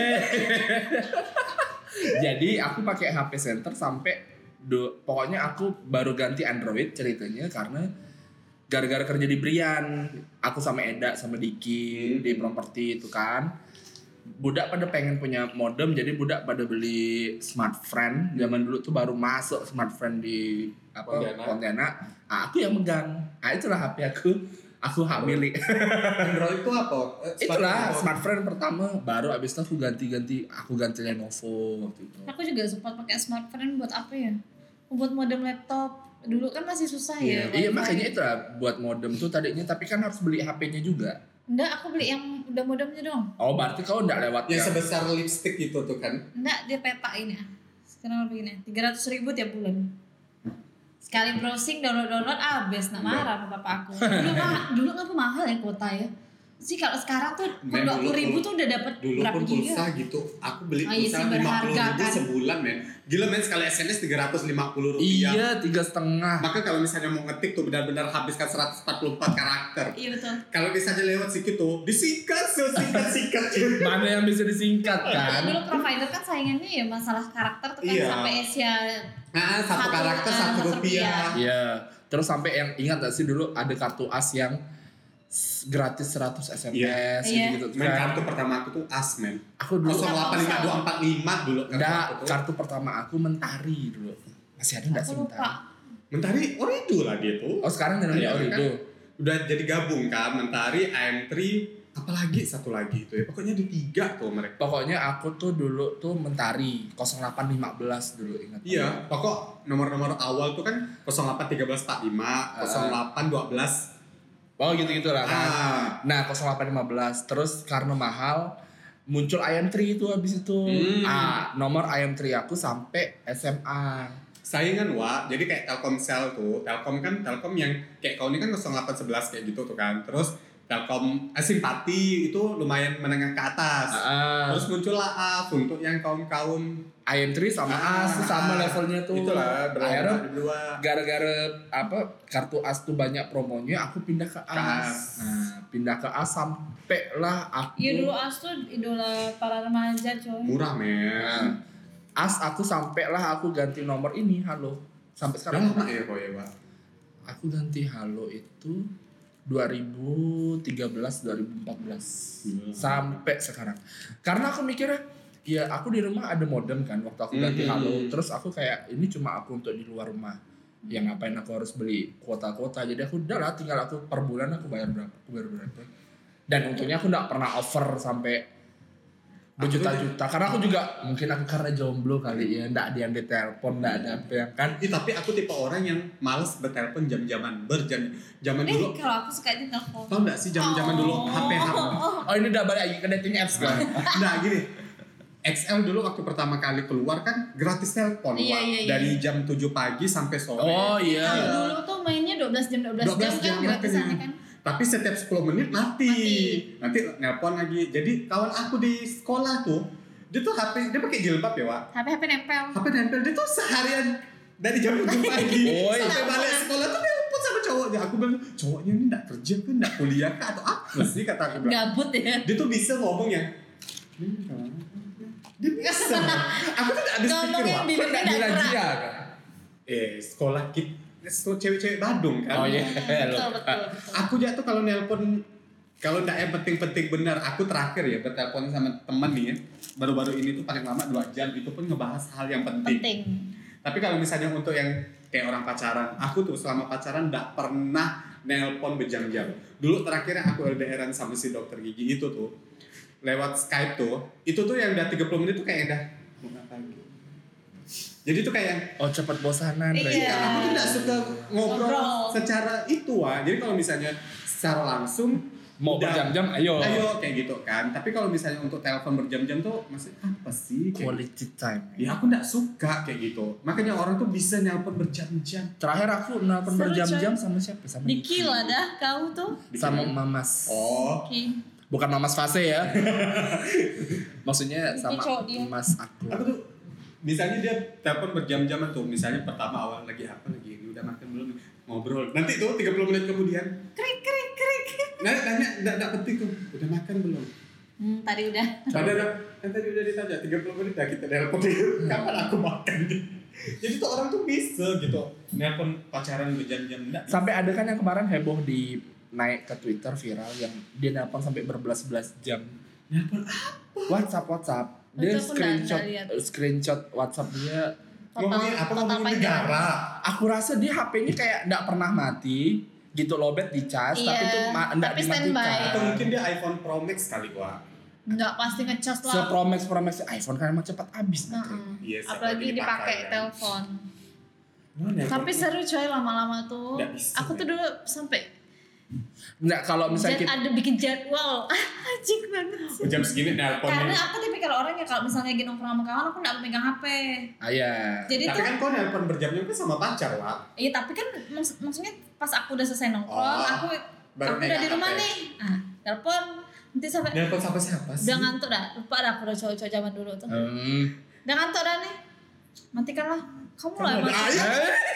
Jadi aku pakai HP center sampai pokoknya aku baru ganti Android ceritanya karena gara-gara kerja di Brian, aku sama Eda sama Diki di properti itu kan. Budak pada pengen punya modem, jadi budak pada beli smartphone. Zaman dulu tuh baru masuk smartphone di Pontianak. Aku yang megang. Itulah HP aku hak milik. Android itu apa? Itulah smartphone pertama, baru abis itu aku ganti Lenovo waktu itu. Aku juga sempat pakai smartphone buat apa ya? Buat modem laptop. Dulu kan masih susah ya. Iya makanya itu lah buat modem tuh tadinya, tapi kan harus beli HP-nya juga. Enggak, aku beli yang udah modemnya dong. Oh berarti kau enggak lewat yang sebesar lipstick itu tuh kan? Enggak, dia peta ini. Sekarang begini, 300.000 tiap bulan. Sekali browsing download habis, nak marah sama bapak aku. Dulu ngapa mahal ya kuota ya? Sih kalau sekarang tuh 20.000 tuh udah dapat berapa pun giga? pulsa gitu. Aku beli pulsa 50.000 kan? sebulan men. Gila men, sekali SMS 350 rupiah. Iya, 3,5. Maka kalau misalnya mau ngetik tuh benar-benar habiskan 144 karakter. Iya betul. Kalau misalnya lewat sikit tuh disingkat singkat. Mana yang bisa disingkat kan? Dulu provider kan saingannya ya masalah karakter tuh kan sampai Asia. Nah, satu karakter 1 rupiah. Iya. Terus sampai yang ingat gak sih dulu ada kartu as yang gratis 100 SMS gitu kan. Kartu pertama aku tuh as men. Aku dulu 085245 dulu kartu pertama aku Mentari dulu. Masih ada enggak sih Mentari Orido lah dia tuh. Oh sekarang namanya Orido. Kan? Udah jadi gabung kan Mentari, AM3, apalagi satu lagi itu ya. Pokoknya ada 3 tuh mereka. Pokoknya aku tuh dulu tuh Mentari 0815 dulu ingat. Iya, pokok nomor-nomor awal tuh kan 081345, 0812. Oh gitu-gitu lah kan. Nah 0815 terus karena mahal muncul IM3 itu habis itu. Nomor IM3 aku sampai SMA. Saingan Wak, jadi kayak Telkomsel tuh. Telkom yang kayak kau ini kan 0811 kayak gitu tuh kan. Terus Telkom Simpati itu lumayan menengah ke atas. Terus muncullah AF untuk yang kaum-kaum IM3 sama AS sama levelnya tuh. Itulah akhirnya gara-gara kartu AS tuh banyak promonya, aku pindah ke AS. Nah, pindah ke AS sampai lah aku. Iya dulu AS tuh idola para remaja coy. Murah men. AS aku sampai lah aku ganti nomor ini Halo. Sampai sekarang. Lama ya kok ya Pak. Aku ganti Halo itu 2013-2014 sampai sekarang. Karena aku mikirnya ya aku di rumah ada modem kan waktu aku ganti Halo. Terus aku kayak ini cuma aku untuk di luar rumah. Ya ngapain aku harus beli kuota-kuota. Jadi aku udah lah tinggal aku per bulan aku bayar berapa. Dan untungnya aku gak pernah over sampai berjuta-juta. Karena aku juga mungkin aku karena jomblo kali ya, ndak ada yang ditelepon, ndak ada apa yang kan. Tapi aku tipe orang yang males bertelepon jam-jaman zaman dulu. Kalau aku suka ditelepon. Tahu nggak sih zaman dulu HP. Oh ini udah balik lagi ke dating apps kan? Nah gini, XL dulu waktu pertama kali keluar kan gratis telepon, Iya. dari jam 7 pagi sampai sore. Oh iya. Kalau dulu tuh mainnya 12 jam kan gratisannya kan. Tapi setiap 10 menit mati. Nanti nelpon lagi. Jadi kawan aku di sekolah tuh, dia tuh HP, dia pakai jilbab ya, Wak. HP nempel. HP nempel, dia tuh seharian dari jam 7 pagi sampai balik sekolah tuh nelpon sama cowoknya. Aku bilang, cowoknya ini enggak kerja kan, enggak kuliah kah atau apa sih, kata aku bilang. Gabut ya. Dia tuh bisa ngomongnya. Dia bisa. Aku tuh enggak habis pikir, Ngomongnya Wak. bibirnya Nggak enggak dirajia gerak. kan. Sekolah kita cewek-cewek Badung kan. Oh iya. Betul. Aku jatuh kalau nelpon, kalau enggak yang penting-penting benar, aku terakhir ya bertelepon sama teman nih ya. Baru-baru ini tuh paling lama 2 jam, itu pun ngebahas hal yang penting. Tapi kalau misalnya untuk yang kayak orang pacaran, aku tuh selama pacaran enggak pernah nelpon berjam-jam. Dulu terakhirnya aku LDRan sama si dokter gigi itu tuh lewat Skype tuh, itu tuh yang udah 30 menit tuh kayak udah mau ngapain gitu. Jadi tuh kayak cepat bosanan. Iya. aku tuh gak suka ngobrol secara itu, Wak. Jadi kalau misalnya secara langsung Mau berjam-jam, ayo kayak gitu kan. Tapi kalau misalnya untuk telepon berjam-jam tuh masih apa sih? Quality time. Ya aku gak suka kayak gitu. Makanya orang tuh bisa nelpon berjam-jam. Terakhir aku nelpon Seru, berjam-jam sama siapa? Sama Diki lah dah kau tuh. Sama Mamas. Oh. Diki. Bukan Mamas Fase ya. Maksudnya Diki sama cowok dia. Mas aku. Aku tuh misalnya dia telepon berjam-jam tuh. Misalnya pertama awal lagi apa lagi, udah makan belum, ngobrol. Nanti tuh 30 menit kemudian Krik. nanya enggak penting tuh. Udah makan belum? Tadi udah. Tadi udah ditanya 30 menit dah kita nelpon. Kapan aku makan? Jadi tuh orang tuh bisa gitu nelpon pacaran berjam-jam. Sampai ada kan yang kemarin heboh di naik ke Twitter viral yang dia nelpon sampai berbelas-belas jam. Nelpon apa? WhatsApp. Dia Itu aku nggak lihat. screenshot WhatsApp dia. Ngomongin apa, ngomongin negara. Aku rasa dia HP-nya kayak enggak pernah mati. Gitu lowbat dicas Iya, tapi itu enggak tapi dimatikan. standby. Atau mungkin dia iPhone Pro Max kali, Wak. Enggak pasti ngecas lah. Se-Pro Max iPhone kan emang cepat habis baterai. Iya, siapa Apalagi yang dipakai kan? telepon. Nelpon. Tapi seru coy lama-lama tuh. Nggak bisa, Aku tuh dulu sampai Enggak, kalau misalnya kita ada bikin jadwal. Anjing banget sih. Jam segini nelpon. Karena aku tipikal orang yang kalau misalnya lagi nongkrong sama kawan aku enggak megang HP. iya. Jadi Tapi tuh kan kau nelpon berjam-jam kan sama pacar, Wak. iya tapi kan maksudnya pas aku udah selesai nongkrong, Oh, aku baru udah di megang rumah HP. nih. Telepon nanti sampai Nelpon sama siapa sih? udah ngantuk dah. Lupa dah aku udah cowok-cowok zaman dulu tuh. Udah ngantuk dah nih. Matikanlah. Kamu lah yang matikan.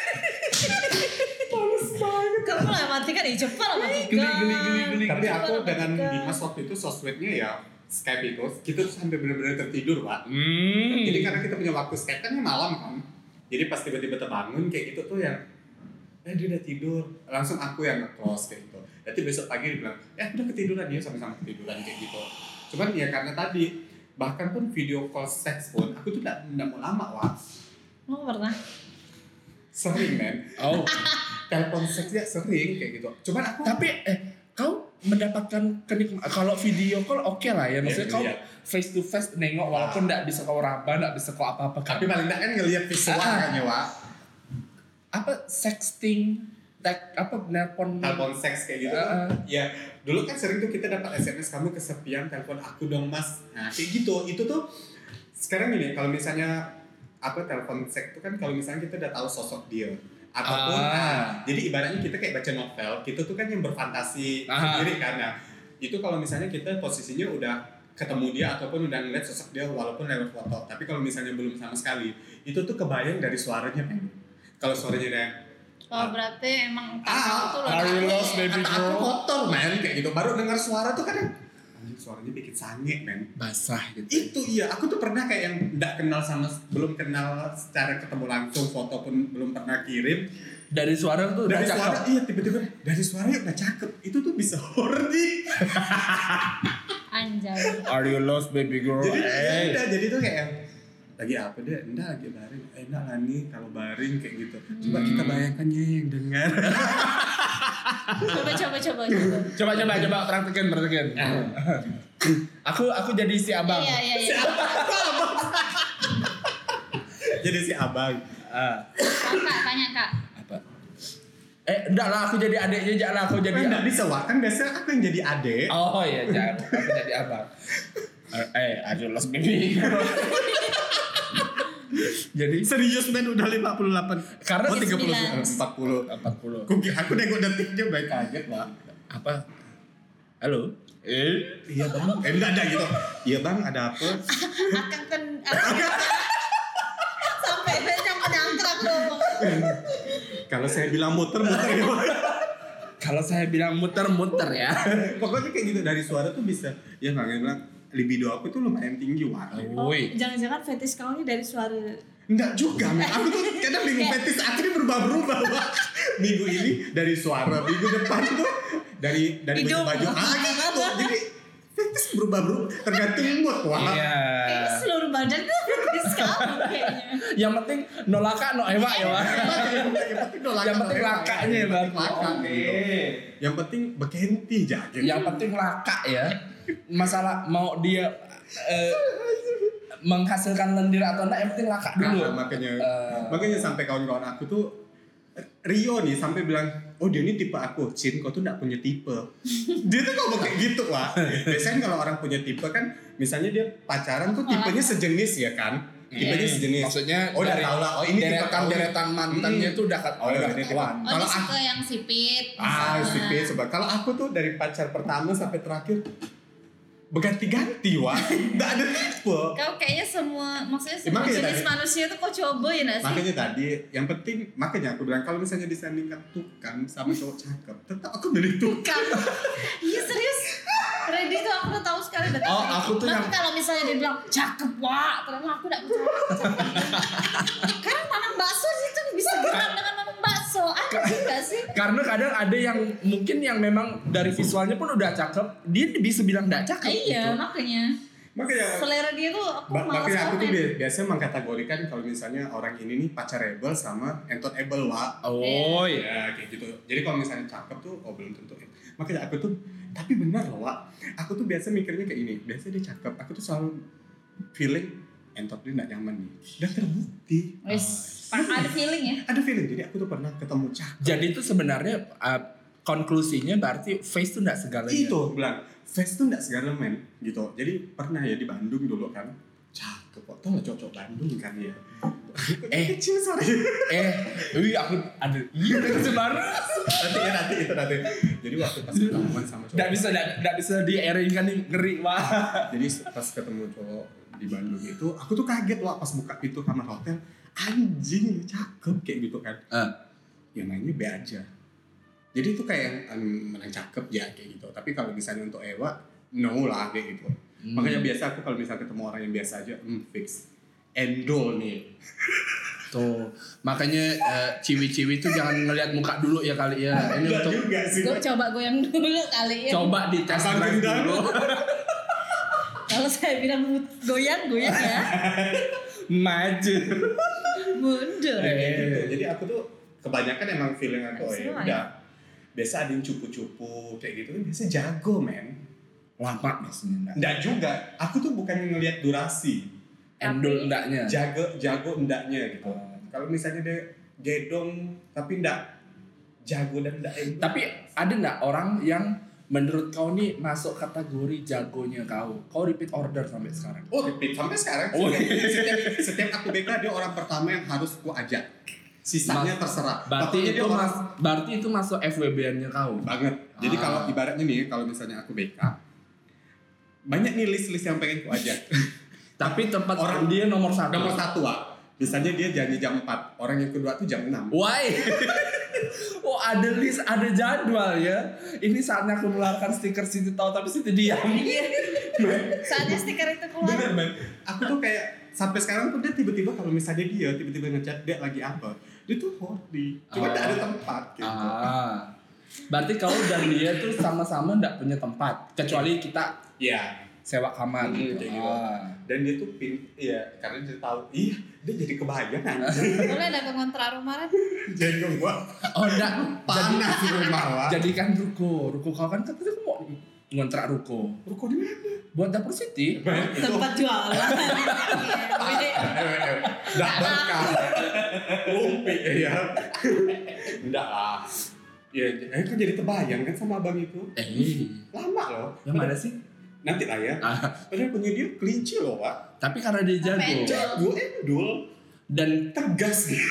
Kamu lah yang matikan ya cepat lah matikan. Geli. Tapi aku Cepat dengan matikan. Dimas waktu itu sosmednya ya Skype itu, kita tuh sampai benar-benar tertidur, Pak. Jadi karena kita punya waktu Skype kan malam kan. Jadi pas tiba-tiba terbangun kayak gitu tuh yang dia udah tidur. Langsung aku yang nge-close kayak gitu. Nanti besok pagi dia bilang, udah ketiduran ya, sama-sama ketiduran kayak gitu. Cuman ya karena tadi, bahkan pun video call seks pun, aku tuh gak mau lama, Wak. Oh pernah. Sering, men. Oh. Telepon seksnya sering kayak gitu. Cuman aku Tapi kau mendapatkan kenikmatan kalau video call oke lah ya, maksudnya kau Iya. face to face nengok walaupun enggak bisa kau raba, enggak bisa kau apa-apa kan. tapi paling enggak kan ngelihat visual kan ya, Wak. Apa sexting, nelpon Seks kayak gitu. Ya, dulu kan sering tuh kita dapat SMS, kamu kesepian, telepon aku dong, Mas. Nah, kayak gitu. Itu tuh sekarang gini, kalau misalnya telepon seks itu kan kalau misalnya kita udah tahu sosok dia ataupun jadi ibaratnya kita kayak baca novel, kita tuh kan yang berfantasi sendiri kan. Nah, itu kalau misalnya kita posisinya udah ketemu dia ataupun udah ngeliat sosok dia walaupun lewat foto. Tapi kalau misalnya belum sama sekali, itu tuh kebayang dari suaranya, kan. Kalau suaranya dia berarti emang kamu tuh Are you lost, baby kata aku girl? kotor, men, kayak gitu. Baru dengar suara tuh kadang anjing, suaranya bikin sange, men. basah gitu. Itu iya, aku tuh pernah kayak yang belum kenal secara ketemu langsung, foto pun belum pernah kirim. Dari suara tuh Dari udah suara, cakep. iya tiba-tiba dari suaranya udah cakep. Itu tuh bisa horny. anjay. Are you lost, baby girl? Jadi tuh kayak yang, lagi apa deh? Enggak, lagi baring. Enak lah nih kalau baring kayak gitu. Coba kita bayangkannya yang dengar. Coba. Coba praktekin. Aku jadi si abang. Iya. Jadi si abang. Kak, tanya Kak. Apa? Enggak lah, aku jadi adiknya, jangan aku jadi. Enggak bisa Wak, kan biasanya aku yang jadi adik. Oh iya, jangan aku jadi abang. Aduh los baby. Jadi Serius men udah 58. karena 40. 40. Aku nengok detiknya baik kaget lah. Apa? Halo? Iya bang. Enggak ada gitu. Iya bang, ada apa? Akan kan sampai nyangkrak dong. Kalau saya bilang muter-muter ya. Kalau saya bilang muter-muter ya. Pokoknya kayak gitu dari suara tuh bisa. Ya nggak bilang libido aku tuh lumayan tinggi Wak. Jangan-jangan fetish kamu ini dari suara. Enggak juga, men. Aku tuh kadang minggu fetis aku ini berubah-berubah. Minggu ini dari suara, minggu depan tuh dari baju gitu. Jadi fetis berubah-berubah tergantung mood. Wah. Kayaknya seluruh badan tuh fetish kamu kayaknya. Yang penting nolaka no ewa ya, Wak. Yang penting lakanya ya, Bang. Yang penting bekenti aja. Yang penting laka ya. Masalah mau dia menghasilkan lendir atau enggak, yang penting laka dulu. Makanya sampai kawan-kawan aku tuh Rio nih sampai bilang, oh dia ini tipe aku, Cin, kau tuh gak punya tipe. Dia tuh ngomong kayak gitu Wak. Biasanya kalau orang punya tipe kan, misalnya dia pacaran tuh tipenya sejenis ya kan. Tipenya sejenis. Maksudnya udah tau lah, oh ini deretan mantannya tuh udah ketahuan. Oh, dia suka yang sipit. Sipit sebab. Kalau aku tuh dari pacar pertama sampai terakhir berganti-ganti Wak. Nggak ada tipe. Kau kayaknya maksudnya semua jenis manusia tuh kau coba ya nggak sih? Makanya tadi yang penting, makanya aku bilang kalau misalnya disandingkan tukang sama cowok cakep, tetap aku milih tukang. Iya serius. Ready tuh aku udah tahu sekali. Aku tuh nanti kalau misalnya dia bilang cakep Wak, terus aku nggak percaya. Karena nanam bakso sih tuh bisa gerak dengan nanam bakso. Anjing nggak sih? Karena kadang ada yang mungkin yang memang dari visualnya pun udah cakep, dia bisa bilang nggak cakep. Iya, gitu. makanya selera dia tuh aku malas makanya aku tuh banget. biasanya mengkategorikan kalau misalnya orang ini nih pacarable sama entot-able Wak. Oh ya kayak gitu. Jadi kalau misalnya cakep tuh belum tentu. Makanya aku tuh, tapi benar loh Wak, aku tuh biasa mikirnya kayak ini. Biasanya dia cakep, aku tuh selalu feeling entot dia gak nyaman nih. Dan terbukti. Ada feeling ya? Ada feeling, jadi aku tuh pernah ketemu cakep. Jadi itu sebenarnya konklusinya berarti face tuh gak segalanya. Itu bilang, face tuh gak segala men gitu. Jadi pernah ya di Bandung dulu kan, cakep kok, tau gak cocok Bandung kan ya. Kecil suaranya. Aku ada itu baru. Nanti. Jadi waktu pas ketemuan sama cowok. Nggak bisa di-airingkan nih, ngeri wah. Jadi pas ketemu cowok di Bandung itu, aku tuh kaget Wak pas buka pintu kamar hotel. Anjing cakep kayak gitu kan. Yang lainnya B aja. Jadi itu kayak menang cakep ya kayak gitu. Tapi kalau misalnya untuk Ewa, no lah kayak gitu. Makanya biasa aku kalau misalnya ketemu orang yang biasa aja, fix. Endol nih. Tuh, makanya ciwi-ciwi tuh jangan ngelihat muka dulu ya kali ya. Ini Enggak untuk juga sih. Gue coba goyang dulu kali ya. Coba di tes drive dulu. Kalau saya bilang goyang ya. Maju. Mundur. Gitu. Jadi aku tuh kebanyakan emang feeling aku ya udah. Biasa ada yang cupu-cupu kayak gitu kan biasa jago men. Lama biasanya. Enggak juga. Aku tuh bukan ngelihat durasi. Endol endaknya. Jago endaknya gitu. Kalau misalnya dia gedong tapi enggak jago dan enggak endol. Tapi ada enggak orang yang menurut kau nih masuk kategori jagonya kau? Kau repeat order sampai sekarang? Oh repeat sampai sekarang. Setiap aku BK dia orang pertama yang harus ku ajak. Sisanya terserah. Berarti itu masuk FWB-nya kau. Banget. Jadi kalau ibaratnya nih kalau misalnya aku BK banyak nih list-list yang pengen ku ajak. Tapi tempat orang dia nomor 1. Nomor 1 Wak. Misalnya dia janji jam 4, orang yang kedua tuh jam 6. Why? Oh ada list, ada jadwal ya. Ini saatnya aku mengeluarkan stiker Siti tahu tapi Siti diam. Saatnya stiker itu keluar. Bener man. Aku tuh kayak sampai sekarang tuh dia tiba-tiba kalau misalnya dia tiba-tiba ngechat dia lagi apa, dia tuh horny. Cuma tidak ada tempat gitu. Berarti kau dan dia tuh sama-sama enggak punya tempat kecuali kita sewa kamar gitu. Dan dia tuh karena dia tahu dia jadi kebahagiaan. Boleh ada kontrak rumah kan? Jadi gua. Oh enggak, panas rumah Wak. Jadikan ruko kau kan katanya mau ngontrak ruko. Ruko di mana? Buat Dapur City. Tempat jualan. Enggak berkah. Umpi ya. Enggak lah. Ya, kan jadi terbayang kan sama abang itu. Lama loh. Yang mana sih? Nanti lah ya. Padahal punya dia kelinci loh, Pak. Tapi karena dia jago. Jago, endul. Dan Tegas gitu.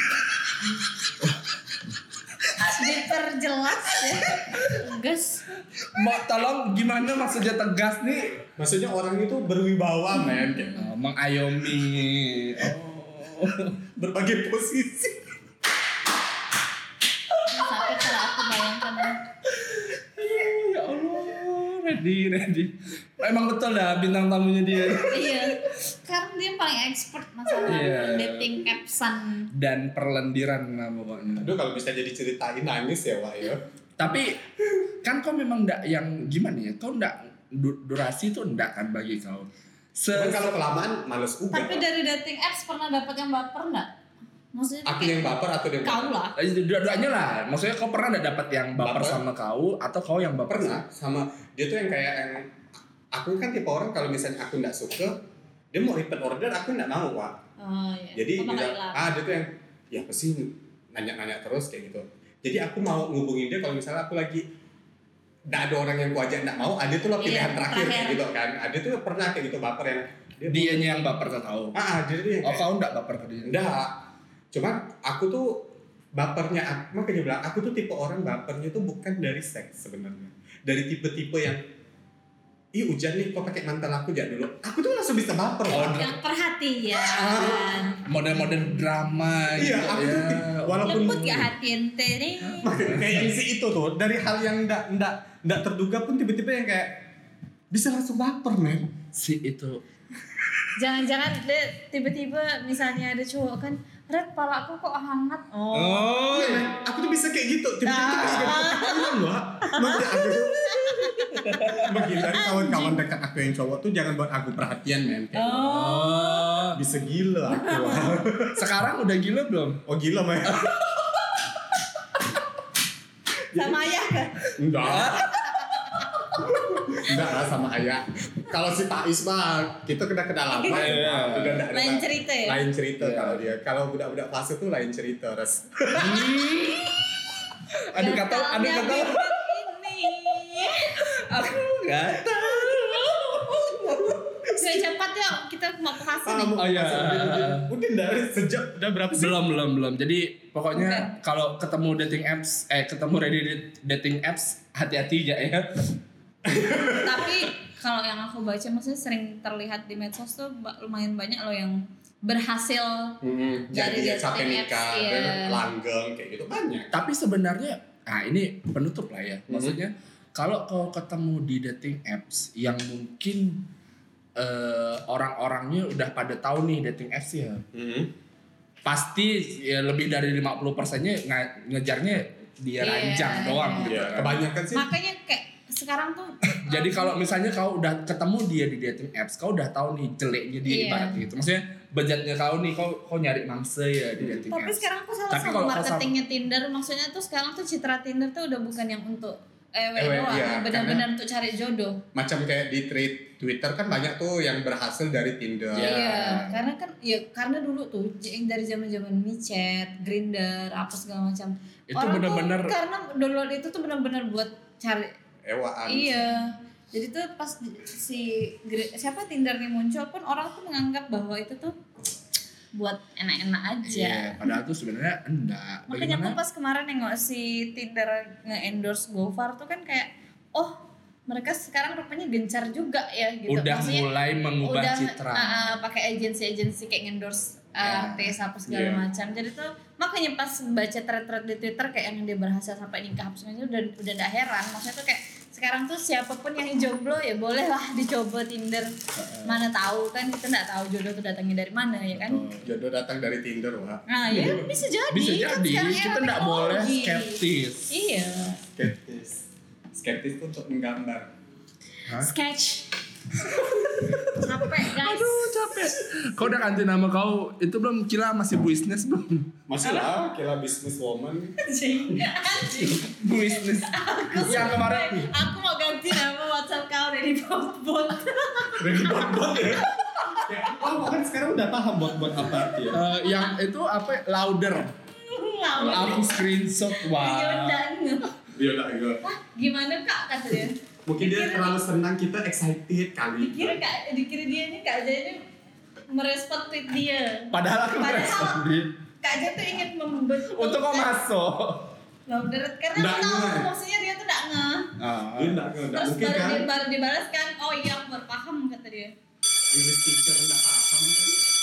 Diperjelas ya. Tegas. mau tolong gimana maksudnya tegas nih? Maksudnya orang itu berwibawa, men. Mengayomi. Berbagai posisi. Sakit kalau aku bayangkan. Ya Allah, ready. Emang betul dah bintang tamunya dia. Iya. Karena dia paling expert masalah dating appsan dan perlendiran lah pokoknya. Aduh, kalau bisa jadi ceritain nangis ya, Wak ya. Tapi kan kau memang ndak yang gimana ya? Kau ndak durasi itu ndak kan bagi kau. Cuman kalau kelamaan males juga. Tapi dari dating apps pernah dapat yang baper nggak? Maksudnya aku yang baper atau dia kau lah. Dua-duanya lah. Maksudnya kau pernah ndak dapat yang baper sama kau atau kau yang baper? Pernah sama dia tuh yang kayak yang aku kan tipe orang kalau misalnya aku ndak suka dia mau repeat order aku ndak mau, Pak. Oh iya. Jadi dia tuh yang ya apa sih nanya-nanya terus kayak gitu. Jadi aku mau ngubungin dia kalau misalnya aku lagi nggak ada orang yang kuajak nggak mau, ada tuh lo pilihan terakhir kayak gitu kan. Ada tuh pernah kayak gitu baper yang dianya yang baper ke kau. Jadi oh kau nggak baper ke dia? Nggak. Cuma aku tuh bapernya, makanya bilang aku tuh tipe orang bapernya tuh bukan dari seks sebenarnya, dari tipe-tipe yang hujan nih kok pakai mantel aku aja dulu. Aku tuh langsung bisa baper. Yang perhatian. Model-model drama iya, gitu aku ya. tuh walaupun lembut gak hati ente nih. Kayak si itu tuh dari hal yang enggak terduga pun tiba-tiba yang kayak bisa langsung baper, men. Si itu. Jangan-jangan deh tiba-tiba misalnya ada cowok kan, Red, palaku kok hangat. Oh. Iya, men. Aku tuh bisa kayak gitu. Tiba-tiba kayak Wak. Makanya aku tuh menghindari kawan-kawan dekat aku yang cowok tuh jangan buat aku perhatian, men. Bisa gila aku. Sekarang udah gila belum? Oh gila, men. Sama ayah kan? Enggak lah sama ayah. Kalau si Tais mah kita kena kedalaman. Udah lain cerita ya? Lain cerita kalau dia. Kalau budak-budak fase tuh lain cerita, Res. Aduh kata. Ini. Aku nggak tahu. Sudah cepat ya kita mau ke fase nih. Oh iya. Udah dari sejak udah berapa sih? Belum. Jadi pokoknya kalau ketemu dating apps, ketemu dating apps hati-hati aja ya. Tapi kalau yang aku baca maksudnya sering terlihat di medsos tuh lumayan banyak loh yang berhasil dari jadi sampai dating nikah apps, dan langgeng kayak gitu banyak. Tapi sebenarnya, ini penutup lah ya. Maksudnya kalau kau ketemu di dating apps yang mungkin orang-orangnya udah pada tahu nih dating apps ya, pasti ya lebih dari 50%-nya ngejarnya dia ranjang doang gitu. Kebanyakan sih. Makanya kayak sekarang tuh jadi kalau misalnya kau udah ketemu dia di dating apps, kau udah tahu nih jeleknya dia ibaratnya gitu. Maksudnya budgetnya kau nih, kau nyari mangsa ya di dating apps. Tapi sekarang aku salah sama marketingnya Tinder. Maksudnya tuh sekarang tuh citra Tinder tuh udah bukan yang untuk doang, iya, benar-benar untuk cari jodoh. Macam kayak di Twitter kan banyak tuh yang berhasil dari Tinder. Iya, karena dulu tuh dari zaman-zaman MiChat, Grindr, apa segala macam. Itu benar-benar karena download itu tuh benar-benar buat cari ewaan. Iya. Jadi tuh pas siapa Tinder nih muncul pun orang tuh menganggap bahwa itu tuh buat enak-enak aja. Iya, padahal tuh sebenarnya enggak. Makanya aku pas kemarin nengok si Tinder nge-endorse Gofar tuh kan kayak mereka sekarang rupanya gencar juga ya gitu. Udah maksudnya, mulai mengubah citra. Pakai agensi-agensi kayak endorse artis apa segala macam. Jadi tuh makanya pas baca thread-thread di Twitter kayak yang dia berhasil sampai nikah apa segala udah enggak heran. Maksudnya tuh kayak sekarang tuh siapapun yang jomblo ya bolehlah dicoba Tinder. Mana tahu kan kita enggak tahu jodoh tuh datangnya dari mana ya kan? Jodoh datang dari Tinder, Wak. Nah, ya bisa jadi. Bisa jadi. Kita enggak boleh skeptis. Iya. Skeptis tuh untuk menggambar. Sketch. Capek guys. Aduh capek. Kau udah ganti nama kau itu belum? Kila masih bisnis belum? Masih lah, kira business woman. Anjing. Bisnis. Yang kemarin. Aku mau ganti nama WhatsApp kau dari bot. Dari bot ya. Oh, kan sekarang udah paham buat apa ya. Yang itu apa? Louder. Aku screenshot. Wah. Dia udah enggak. Gimana kak kata dia? Mungkin dia terlalu senang, kita excited kali. Dikira dia ini Kak Jaya ini merespon tweet dia. Padahal aku merespon dia. Kak Jaya tuh ingin membentuk. Untuk kau masuk. Louder karena aku tahu maksudnya dia tuh nggak ngeh. Dia nggak Terus mungkin kan. baru dibalas kan, oh iya aku baru paham kata dia. English teacher nggak paham kan.